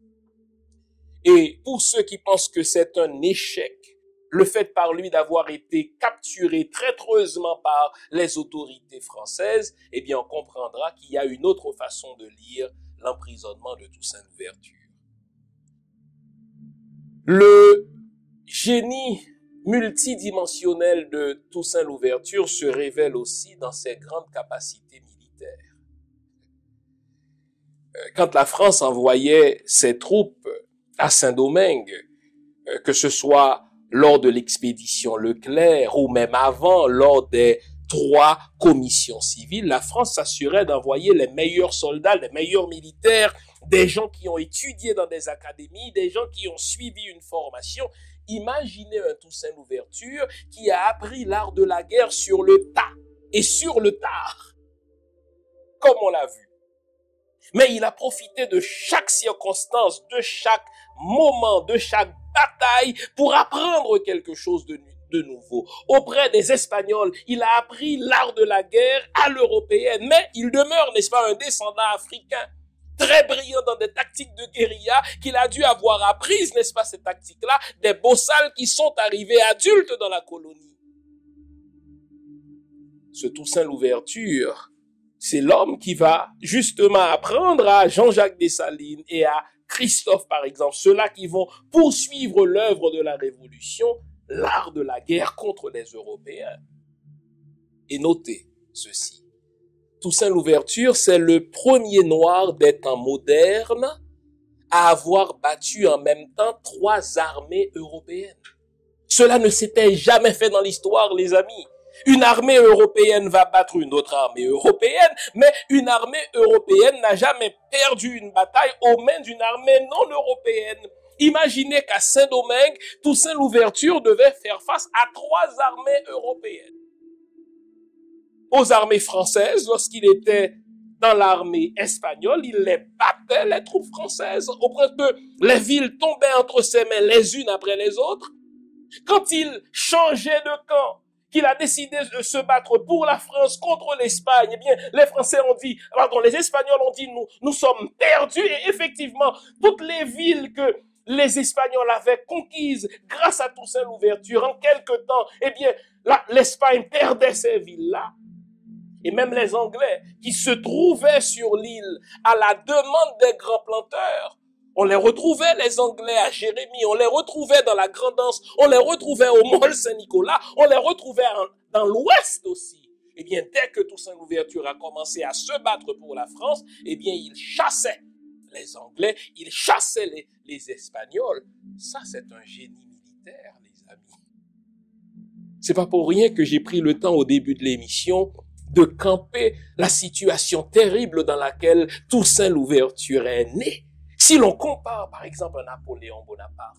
A: Et pour ceux qui pensent que c'est un échec, le fait par lui d'avoir été capturé traîtreusement par les autorités françaises, eh bien, on comprendra qu'il y a une autre façon de lire l'emprisonnement de Toussaint Louverture. Le génie multidimensionnel de Toussaint Louverture se révèle aussi dans ses grandes capacités militaires. Quand la France envoyait ses troupes à Saint-Domingue, que ce soit lors de l'expédition Leclerc ou même avant, lors des 3 commissions civiles, la France s'assurait d'envoyer les meilleurs soldats, les meilleurs militaires, des gens qui ont étudié dans des académies, des gens qui ont suivi une formation. Imaginez un Toussaint Louverture qui a appris l'art de la guerre sur le tas et sur le tard, comme on l'a vu. Mais il a profité de chaque circonstance, de chaque moment, de chaque bataille pour apprendre quelque chose de nouveau. Auprès des Espagnols, il a appris l'art de la guerre à l'européenne, mais il demeure, n'est-ce pas, un descendant africain, très brillant dans des tactiques de guérilla qu'il a dû avoir apprises, n'est-ce pas, ces tactiques-là, des bossals qui sont arrivés adultes dans la colonie. Ce Toussaint Louverture, c'est l'homme qui va justement apprendre à Jean-Jacques Dessalines et à Christophe, par exemple, ceux-là qui vont poursuivre l'œuvre de la Révolution, l'art de la guerre contre les Européens. Et notez ceci. Toussaint Louverture, c'est le premier noir des temps modernes à avoir battu en même temps 3 armées européennes. Cela ne s'était jamais fait dans l'histoire, les amis. Une armée européenne va battre une autre armée européenne, mais une armée européenne n'a jamais perdu une bataille aux mains d'une armée non européenne. Imaginez qu'à Saint-Domingue, Toussaint Louverture devait faire face à 3 armées européennes. Aux armées françaises, lorsqu'il était dans l'armée espagnole, il les battait, les troupes françaises, au point que les villes tombaient entre ses mains les unes après les autres. Quand il changeait de camp, qu'il a décidé de se battre pour la France contre l'Espagne, eh bien, les Français ont dit, les Espagnols ont dit, nous sommes perdus, et effectivement, toutes les villes que les Espagnols avaient conquises grâce à Toussaint Louverture, en quelque temps, eh bien, l'Espagne perdait ces villes-là. Et même les Anglais qui se trouvaient sur l'île à la demande des grands planteurs, on les retrouvait, les Anglais, à Jérémie, on les retrouvait dans la Grand'Anse, on les retrouvait au Mol Saint-Nicolas, on les retrouvait dans l'Ouest aussi. Eh bien, dès que Toussaint Louverture a commencé à se battre pour la France, eh bien, il chassait les Anglais, il chassait les Espagnols. Ça, c'est un génie militaire, les amis. C'est pas pour rien que j'ai pris le temps au début de l'émission de camper la situation terrible dans laquelle Toussaint Louverture est né. Si l'on compare par exemple à Napoléon Bonaparte,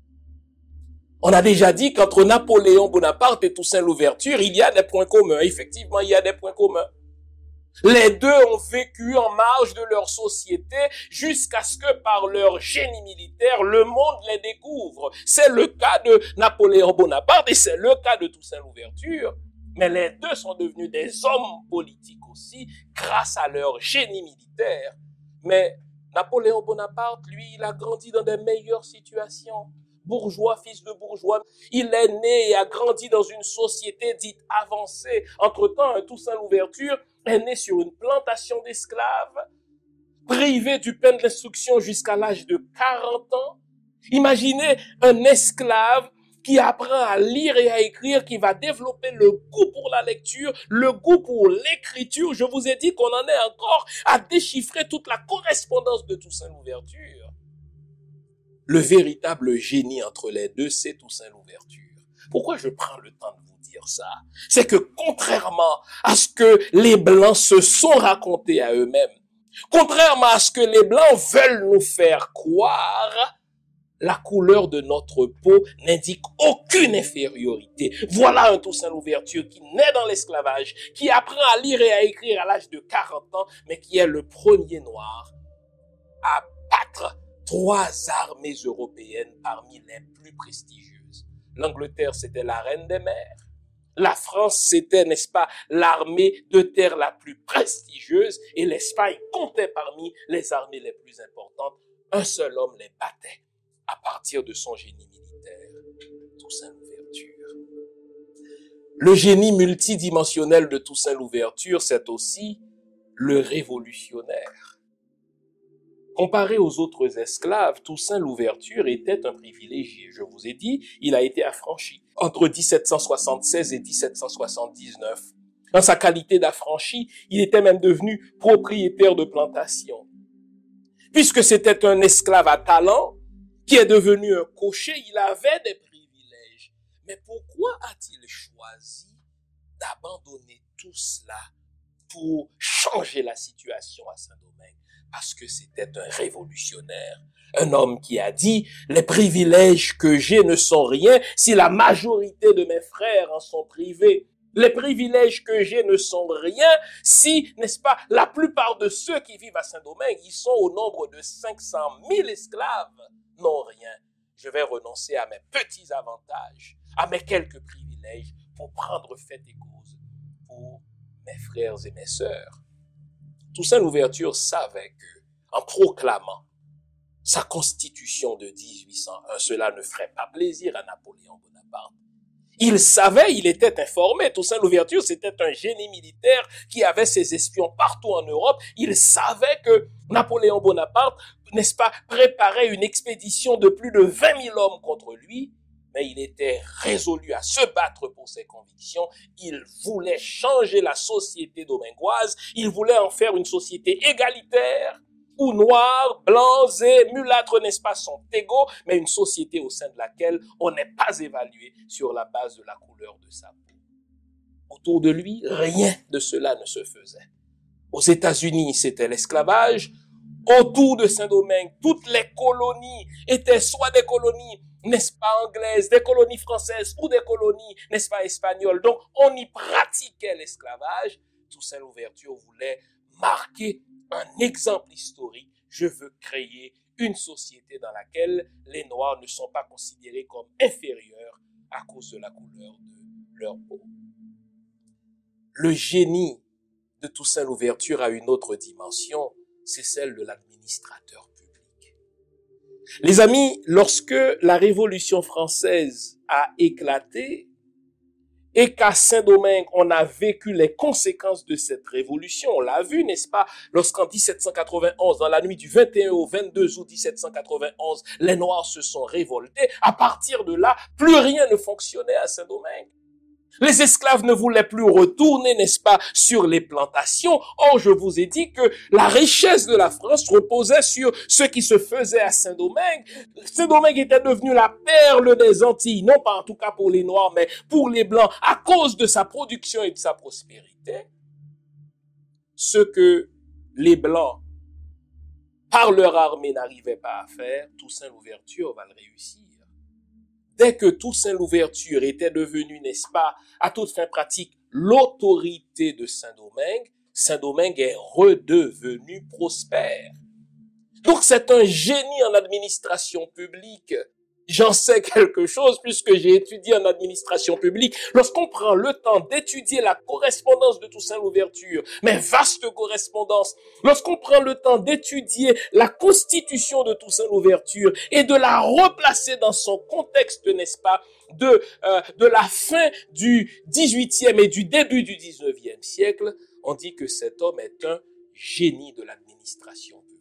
A: on a déjà dit qu'entre Napoléon Bonaparte et Toussaint Louverture, il y a des points communs. Effectivement, il y a des points communs. Les deux ont vécu en marge de leur société jusqu'à ce que par leur génie militaire, le monde les découvre. C'est le cas de Napoléon Bonaparte et c'est le cas de Toussaint Louverture. Mais les deux sont devenus des hommes politiques aussi grâce à leur génie militaire. Mais Napoléon Bonaparte, lui, il a grandi dans des meilleures situations. Bourgeois, fils de bourgeois. Il est né et a grandi dans une société dite avancée. Entre-temps, Toussaint Louverture est né sur une plantation d'esclaves, privé du pain de l'instruction jusqu'à l'âge de 40 ans. Imaginez un esclave qui apprend à lire et à écrire, qui va développer le goût pour la lecture, le goût pour l'écriture. Je vous ai dit qu'on en est encore à déchiffrer toute la correspondance de Toussaint Louverture. Le véritable génie entre les deux, c'est Toussaint Louverture. Pourquoi je prends le temps de vous dire ça? C'est que contrairement à ce que les Blancs se sont racontés à eux-mêmes, contrairement à ce que les Blancs veulent nous faire croire, la couleur de notre peau n'indique aucune infériorité. Voilà un Toussaint Louverture qui naît dans l'esclavage, qui apprend à lire et à écrire à l'âge de 40 ans, mais qui est le premier noir à battre 3 armées européennes parmi les plus prestigieuses. L'Angleterre, c'était la reine des mers. La France, c'était, n'est-ce pas, l'armée de terre la plus prestigieuse, et l'Espagne comptait parmi les armées les plus importantes. Un seul homme les battait à partir de son génie militaire, Toussaint Louverture. Le génie multidimensionnel de Toussaint Louverture, c'est aussi le révolutionnaire. Comparé aux autres esclaves, Toussaint Louverture était un privilégié. Je vous ai dit, il a été affranchi entre 1776 et 1779. Dans sa qualité d'affranchi, il était même devenu propriétaire de plantation. Puisque c'était un esclave à talent, qui est devenu un cocher, il avait des privilèges. Mais pourquoi a-t-il choisi d'abandonner tout cela pour changer la situation à Saint-Domingue? Parce que c'était un révolutionnaire, un homme qui a dit « Les privilèges que j'ai ne sont rien si la majorité de mes frères en sont privés. Les privilèges que j'ai ne sont rien si, n'est-ce pas, la plupart de ceux qui vivent à Saint-Domingue, ils sont au nombre de 500 000 esclaves. Non, rien. Je vais renoncer à mes petits avantages, à mes quelques privilèges pour prendre fait et cause pour mes frères et mes sœurs. » Toussaint Louverture savait que, en proclamant sa constitution de 1801, cela ne ferait pas plaisir à Napoléon Bonaparte. Il savait, il était informé. Toussaint Louverture, c'était un génie militaire qui avait ses espions partout en Europe. Il savait que Napoléon Bonaparte, n'est-ce pas, préparait une expédition de plus de 20 000 hommes contre lui. Mais il était résolu à se battre pour ses convictions. Il voulait changer la société domingoise. Il voulait en faire une société égalitaire, où noirs, blancs et mulâtres, n'est-ce pas, sont égaux, mais une société au sein de laquelle on n'est pas évalué sur la base de la couleur de sa peau. Autour de lui, rien de cela ne se faisait. Aux États-Unis, c'était l'esclavage. Autour de Saint-Domingue, toutes les colonies étaient soit des colonies, n'est-ce pas, anglaises, des colonies françaises ou des colonies, n'est-ce pas, espagnoles. Donc, on y pratiquait l'esclavage. Toussaint Louverture voulait marquer un exemple historique. Je veux créer une société dans laquelle les Noirs ne sont pas considérés comme inférieurs à cause de la couleur de leur peau. Le génie de Toussaint Louverture a une autre dimension, c'est celle de l'administrateur public. Les amis, lorsque la Révolution française a éclaté, et qu'à Saint-Domingue, on a vécu les conséquences de cette révolution. On l'a vu, n'est-ce pas, lorsqu'en 1791, dans la nuit du 21 au 22 août 1791, les Noirs se sont révoltés. À partir de là, plus rien ne fonctionnait à Saint-Domingue. Les esclaves ne voulaient plus retourner, n'est-ce pas, sur les plantations. Or, je vous ai dit que la richesse de la France reposait sur ce qui se faisait à Saint-Domingue. Saint-Domingue était devenu la perle des Antilles, non pas en tout cas pour les Noirs, mais pour les Blancs, à cause de sa production et de sa prospérité. ce que les Blancs, par leur armée, n'arrivaient pas à faire, Toussaint Louverture va le réussir. Dès que Toussaint Louverture était devenu, n'est-ce pas, à toute fin pratique, l'autorité de Saint-Domingue, Saint-Domingue est redevenu prospère. Donc c'est un génie en administration publique. J'en sais quelque chose puisque j'ai étudié en administration publique. Lorsqu'on prend le temps d'étudier la correspondance de Toussaint Louverture, mais vaste correspondance, lorsqu'on prend le temps d'étudier la constitution de Toussaint Louverture et de la replacer dans son contexte, n'est-ce pas, de la fin du 18e et du début du 19e siècle, on dit que cet homme est un génie de l'administration publique.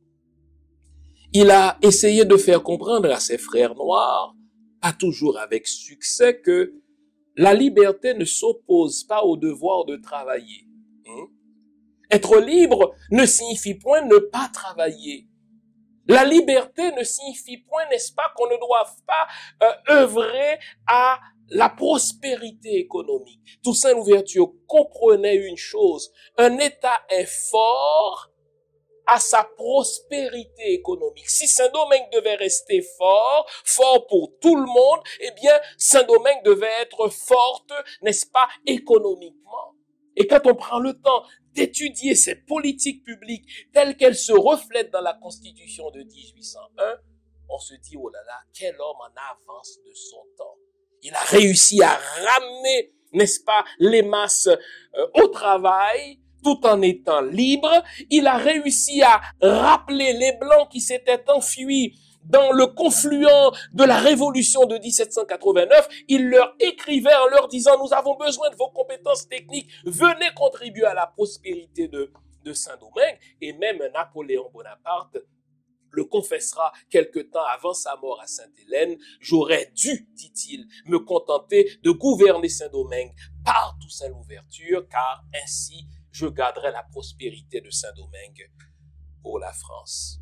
A: Il a essayé de faire comprendre à ses frères noirs, pas toujours avec succès, que la liberté ne s'oppose pas au devoir de travailler. Être libre ne signifie point ne pas travailler. La liberté ne signifie point, n'est-ce pas, qu'on ne doive pas œuvrer à la prospérité économique. Toussaint Louverture comprenait une chose, un État est fort à sa prospérité économique. Si Saint-Domingue devait rester fort pour tout le monde, eh bien, Saint-Domingue devait être forte, n'est-ce pas, économiquement. Et quand on prend le temps d'étudier ces politiques publiques telles qu'elles se reflètent dans la Constitution de 1801, on se dit, oh là là, quel homme en avance de son temps. Il a réussi à ramener, n'est-ce pas, les masses au travail, tout en étant libre. Il a réussi à rappeler les Blancs qui s'étaient enfuis dans le confluent de la révolution de 1789. Il leur écrivait en leur disant, nous avons besoin de vos compétences techniques, venez contribuer à la prospérité de Saint-Domingue. Et même Napoléon Bonaparte le confessera quelque temps avant sa mort à Sainte-Hélène. J'aurais dû, dit-il, me contenter de gouverner Saint-Domingue par Toussaint Louverture, car ainsi je garderai la prospérité de Saint-Domingue pour la France.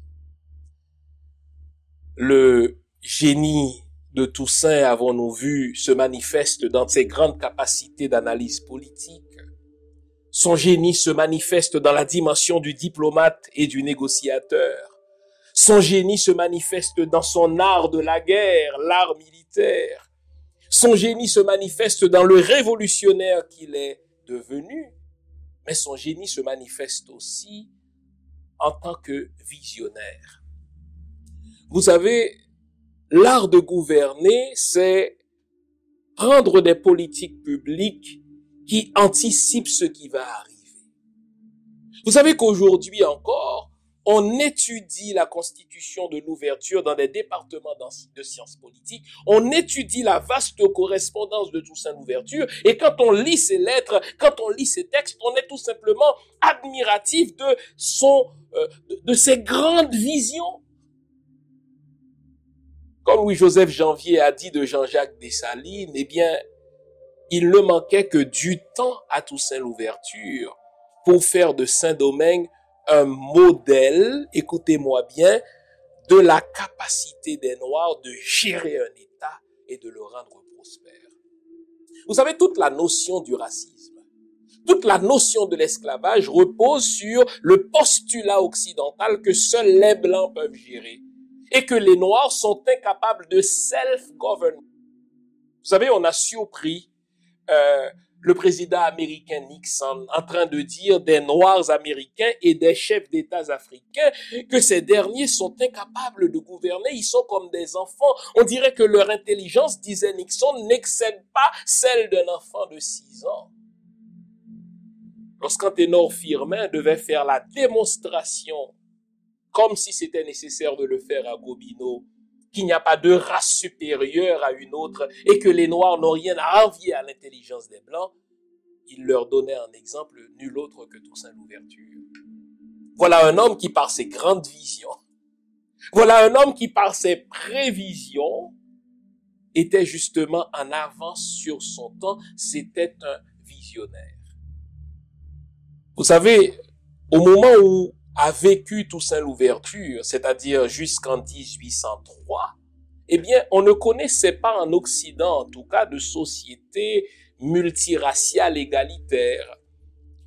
A: Le génie de Toussaint, avons-nous vu, se manifeste dans ses grandes capacités d'analyse politique. Son génie se manifeste dans la dimension du diplomate et du négociateur. Son génie se manifeste dans son art de la guerre, l'art militaire. Son génie se manifeste dans le révolutionnaire qu'il est devenu. Mais son génie se manifeste aussi en tant que visionnaire. Vous savez, l'art de gouverner, c'est prendre des politiques publiques qui anticipent ce qui va arriver. Vous savez qu'aujourd'hui encore, on étudie la constitution de l'ouverture dans des départements de sciences politiques. On étudie la vaste correspondance de Toussaint Louverture. Et quand on lit ces lettres, quand on lit ces textes, on est tout simplement admiratif de ses grandes visions. Comme Louis-Joseph Janvier a dit de Jean-Jacques Dessalines, eh bien, il ne manquait que du temps à Toussaint Louverture pour faire de Saint-Domingue un modèle, écoutez-moi bien, de la capacité des Noirs de gérer un État et de le rendre prospère. Vous savez, toute la notion du racisme, toute la notion de l'esclavage repose sur le postulat occidental que seuls les Blancs peuvent gérer et que les Noirs sont incapables de self-government. Vous savez, on a surpris le président américain Nixon en train de dire des Noirs américains et des chefs d'État africains que ces derniers sont incapables de gouverner, ils sont comme des enfants. On dirait que leur intelligence, disait Nixon, n'excède pas celle d'un enfant de 6 ans. Lorsqu'Anténor Firmin devait faire la démonstration, comme si c'était nécessaire de le faire à Gobineau, qu'il n'y a pas de race supérieure à une autre et que les Noirs n'ont rien à envier à l'intelligence des Blancs, il leur donnait en exemple nul autre que Toussaint Louverture. Voilà un homme qui, par ses grandes visions, voilà un homme qui, par ses prévisions, était justement en avance sur son temps. C'était un visionnaire. Vous savez, au moment où a vécu Toussaint Louverture, c'est-à-dire jusqu'en 1803, eh bien, on ne connaissait pas en Occident, en tout cas, de société multiraciale égalitaire.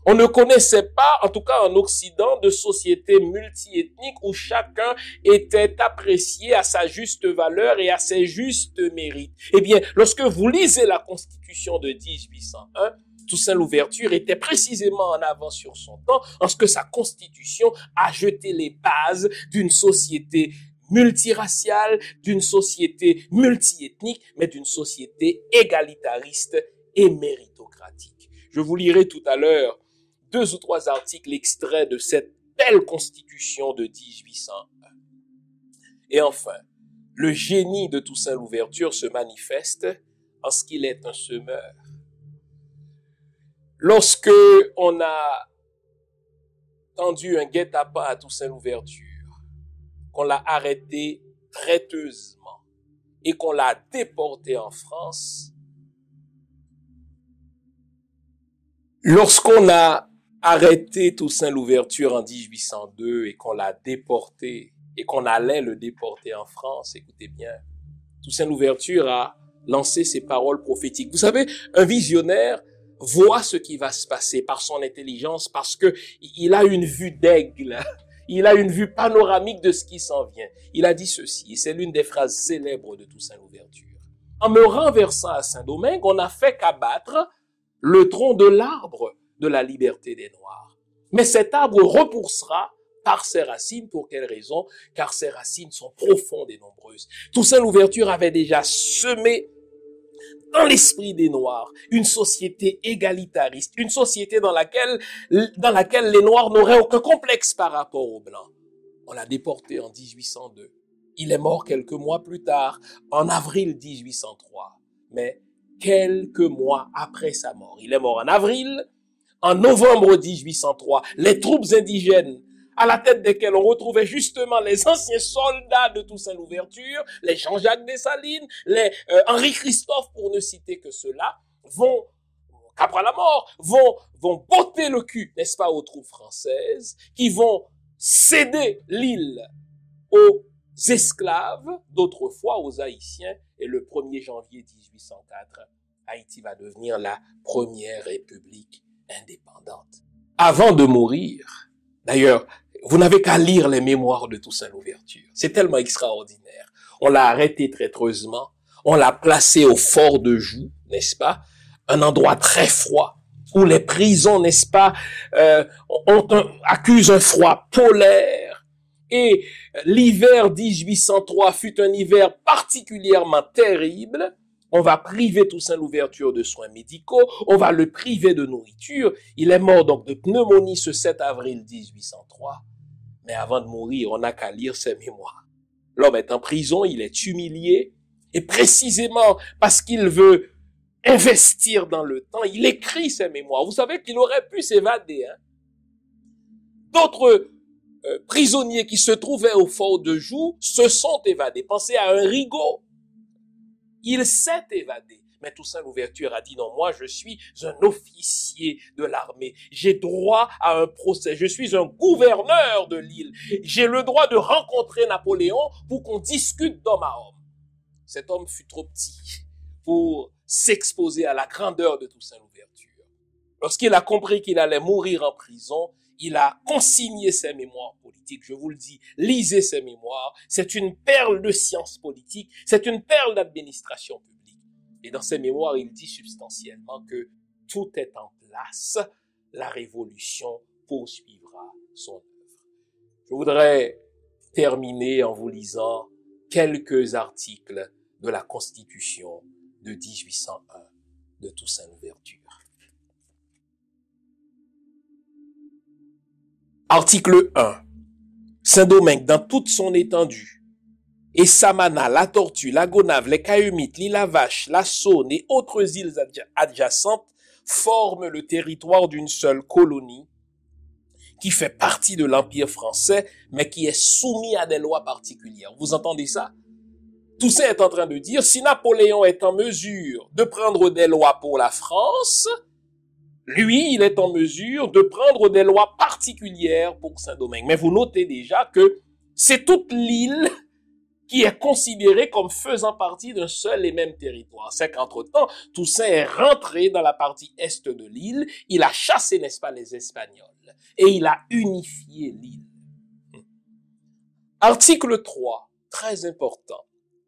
A: On ne connaissait pas, en tout cas en Occident, de société multiethnique où chacun était apprécié à sa juste valeur et à ses justes mérites. Eh bien, lorsque vous lisez la Constitution de 1801, Toussaint Louverture était précisément en avance sur son temps en ce que sa Constitution a jeté les bases d'une société multiraciale, d'une société multiethnique, mais d'une société égalitariste et méritocratique. Je vous lirai tout à l'heure 2 ou 3 articles extraits de cette belle Constitution de 1801. Et enfin, le génie de Toussaint Louverture se manifeste en ce qu'il est un semeur. Lorsque on a tendu un guet-apens à Toussaint Louverture, qu'on l'a arrêté traîtreusement et qu'on l'a déporté en France, lorsqu'on a arrêté Toussaint Louverture en 1802 et qu'on l'a déporté et qu'on allait le déporter en France, écoutez bien, Toussaint Louverture a lancé ses paroles prophétiques. Vous savez, un visionnaire voit ce qui va se passer par son intelligence parce que il a une vue d'aigle. Il a une vue panoramique de ce qui s'en vient. Il a dit ceci, et c'est l'une des phrases célèbres de Toussaint Louverture. En me renversant à Saint-Domingue, on n'a fait qu'abattre le tronc de l'arbre de la liberté des Noirs. Mais cet arbre repoussera par ses racines. Pour quelle raison? Car ses racines sont profondes et nombreuses. Toussaint Louverture avait déjà semé dans l'esprit des Noirs une société égalitariste, une société dans laquelle les Noirs n'auraient aucun complexe par rapport aux Blancs. On l'a déporté en 1802. Il est mort quelques mois plus tard, en avril 1803. Mais quelques mois après sa mort, il est mort en avril, en novembre 1803, les troupes indigènes à la tête desquels on retrouvait justement les anciens soldats de Toussaint Louverture, les Jean-Jacques Dessalines, les Henri Christophe, pour ne citer que ceux-là, vont, qu'après la mort, vont botter le cul, n'est-ce pas, aux troupes françaises, qui vont céder l'île aux esclaves d'autrefois, aux Haïtiens, et le 1er janvier 1804, Haïti va devenir la première république indépendante. Avant de mourir, d'ailleurs, vous n'avez qu'à lire les mémoires de Toussaint Louverture. C'est tellement extraordinaire. On l'a arrêté traîtreusement. On l'a placé au fort de Joux, n'est-ce pas? Un endroit très froid, où les prisons, n'est-ce pas, accusent un froid polaire. Et l'hiver 1803 fut un hiver particulièrement terrible. On va priver Toussaint Louverture de soins médicaux, on va le priver de nourriture. Il est mort donc de pneumonie ce 7 avril 1803. Mais avant de mourir, on n'a qu'à lire ses mémoires. L'homme est en prison, il est humilié, et précisément parce qu'il veut investir dans le temps, il écrit ses mémoires. Vous savez qu'il aurait pu s'évader. D'autres prisonniers qui se trouvaient au fort de Joux se sont évadés. Pensez à un Rigaud. Il s'est évadé. Mais Toussaint Louverture a dit non, moi je suis un officier de l'armée. J'ai droit à un procès. Je suis un gouverneur de l'île. J'ai le droit de rencontrer Napoléon pour qu'on discute d'homme à homme. Cet homme fut trop petit pour s'exposer à la grandeur de Toussaint Louverture. Lorsqu'il a compris qu'il allait mourir en prison, il a consigné ses mémoires politiques. Je vous le dis, lisez ses mémoires. C'est une perle de science politique. C'est une perle d'administration publique. Et dans ses mémoires, il dit substantiellement que tout est en place. La révolution poursuivra son œuvre. Je voudrais terminer en vous lisant quelques articles de la Constitution de 1801 de Toussaint Louverture. Article 1. Saint-Domingue dans toute son étendue, et Samana, la Tortue, la Gonave, les Cahumites, l'île à Vache, la Saône et autres îles adjacentes forment le territoire d'une seule colonie qui fait partie de l'Empire français, mais qui est soumis à des lois particulières. Vous entendez ça? Toussaint est en train de dire, si Napoléon est en mesure de prendre des lois pour la France, lui, il est en mesure de prendre des lois particulières pour Saint-Domingue. Mais vous notez déjà que c'est toute l'île qui est considéré comme faisant partie d'un seul et même territoire. C'est qu'entre-temps, Toussaint est rentré dans la partie est de l'île, il a chassé, n'est-ce pas, les Espagnols, et il a unifié l'île. Article 3, très important.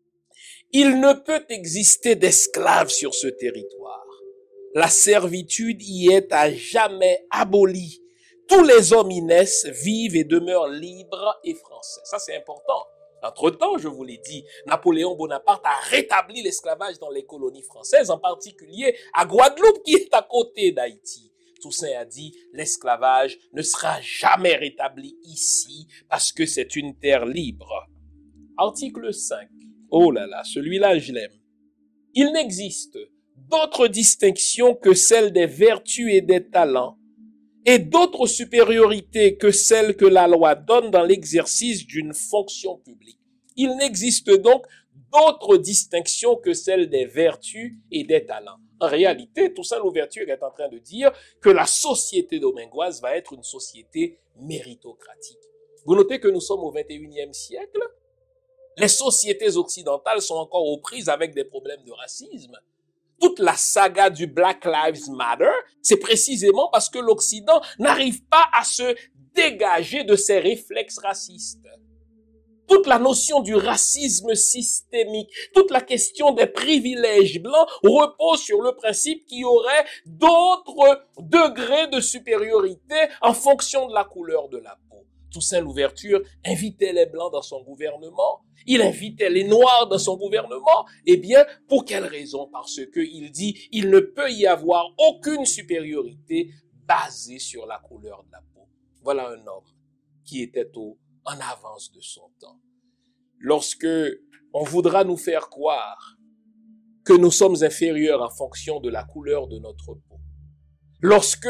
A: Il ne peut exister d'esclaves sur ce territoire. La servitude y est à jamais abolie. Tous les hommes y naissent, vivent et demeurent libres et français. Ça, c'est important. Entre-temps, je vous l'ai dit, Napoléon Bonaparte a rétabli l'esclavage dans les colonies françaises, en particulier à Guadeloupe, qui est à côté d'Haïti. Toussaint a dit, l'esclavage ne sera jamais rétabli ici parce que c'est une terre libre. Article 5. Oh là là, celui-là, je l'aime. Il n'existe d'autre distinction que celle des vertus et des talents, et d'autres supériorités que celles que la loi donne dans l'exercice d'une fonction publique. Il n'existe donc d'autre distinction que celle des vertus et des talents. En réalité, Toussaint Louverture est en train de dire que la société domingoise va être une société méritocratique. Vous notez que nous sommes au 21e siècle. Les sociétés occidentales sont encore aux prises avec des problèmes de racisme. Toute la saga du Black Lives Matter, c'est précisément parce que l'Occident n'arrive pas à se dégager de ses réflexes racistes. Toute la notion du racisme systémique, toute la question des privilèges blancs repose sur le principe qu'il y aurait d'autres degrés de supériorité en fonction de la couleur de la peau. Toussaint Louverture invitait les blancs dans son gouvernement, il invitait les noirs dans son gouvernement. Eh bien, pour quelle raison? Parce que il dit, il ne peut y avoir aucune supériorité basée sur la couleur de la peau. Voilà un homme qui était en avance de son temps. Lorsque on voudra nous faire croire que nous sommes inférieurs en fonction de la couleur de notre peau, lorsque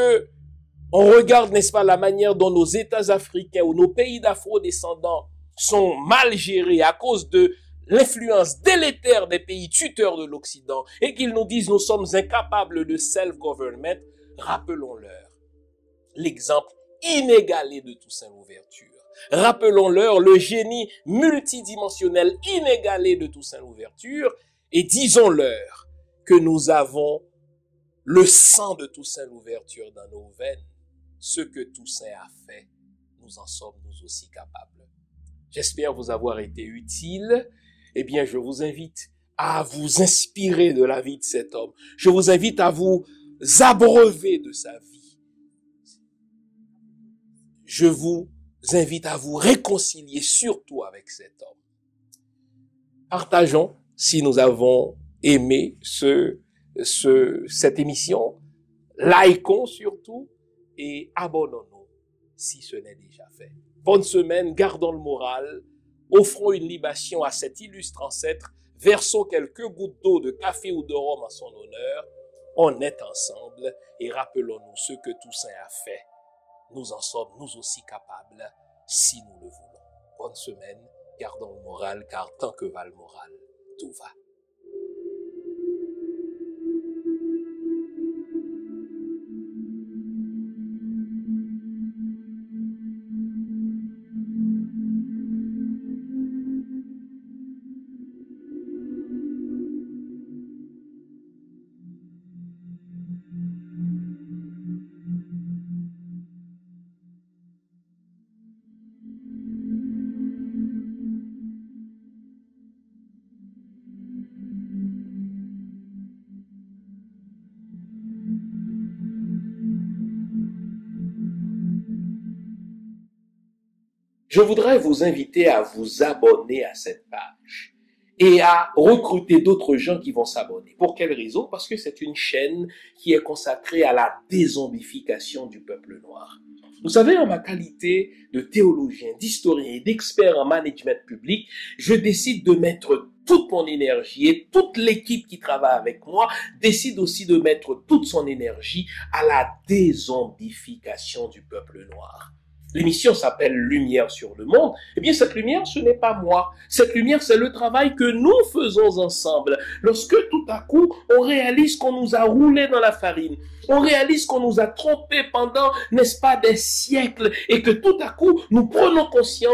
A: on regarde, n'est-ce pas, la manière dont nos États africains ou nos pays d'afro-descendants sont mal gérés à cause de l'influence délétère des pays tuteurs de l'Occident et qu'ils nous disent nous sommes incapables de self-government, rappelons-leur l'exemple inégalé de Toussaint Louverture. Rappelons-leur le génie multidimensionnel inégalé de Toussaint Louverture et disons-leur que nous avons le sang de Toussaint Louverture dans nos veines. Ce que Toussaint a fait, nous en sommes nous aussi capables. J'espère vous avoir été utile. Eh bien, je vous invite à vous inspirer de la vie de cet homme. Je vous invite à vous abreuver de sa vie. Je vous invite à vous réconcilier surtout avec cet homme. Partageons si nous avons aimé cette émission. Likons surtout et abonnons-nous si ce n'est déjà fait. Bonne semaine, gardons le moral, offrons une libation à cet illustre ancêtre, versons quelques gouttes d'eau, de café ou de rhum en son honneur. On est ensemble et rappelons-nous ce que Toussaint a fait. Nous en sommes nous aussi capables si nous le voulons. Bonne semaine, gardons le moral car tant que va le moral, tout va. Je voudrais vous inviter à vous abonner à cette page et à recruter d'autres gens qui vont s'abonner. Pour quelle raison? Parce que c'est une chaîne qui est consacrée à la dézombification du peuple noir. Vous savez, en ma qualité de théologien, d'historien et d'expert en management public, je décide de mettre toute mon énergie et toute l'équipe qui travaille avec moi décide aussi de mettre toute son énergie à la dézombification du peuple noir. L'émission s'appelle Lumière sur le monde. Eh bien, cette lumière, ce n'est pas moi. Cette lumière, c'est le travail que nous faisons ensemble. Lorsque tout à coup, on réalise qu'on nous a roulé dans la farine, on réalise qu'on nous a trompés pendant, n'est-ce pas, des siècles, et que tout à coup, nous prenons conscience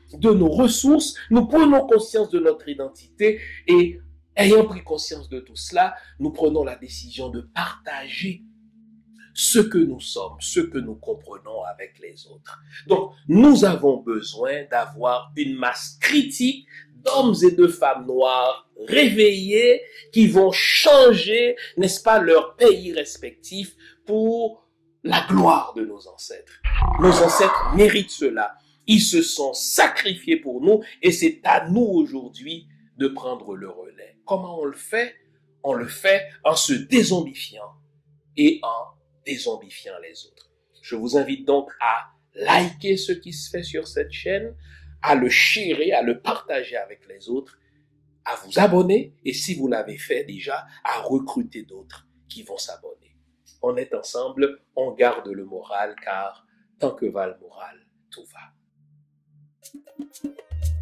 A: de nos ressources, nous prenons conscience de notre identité et ayant pris conscience de tout cela, nous prenons la décision de partager ce que nous sommes, ce que nous comprenons avec les autres. Donc, nous avons besoin d'avoir une masse critique d'hommes et de femmes noirs réveillés qui vont changer, n'est-ce pas, leur pays respectif pour la gloire de nos ancêtres. Nos ancêtres méritent cela. Ils se sont sacrifiés pour nous et c'est à nous aujourd'hui de prendre le relais. Comment on le fait? On le fait en se dézombifiant et en dézombifiant les autres. Je vous invite donc à liker ce qui se fait sur cette chaîne, à le sharer, à le partager avec les autres, à vous abonner et si vous l'avez fait déjà, à recruter d'autres qui vont s'abonner. On est ensemble, on garde le moral car tant que va le moral, tout va.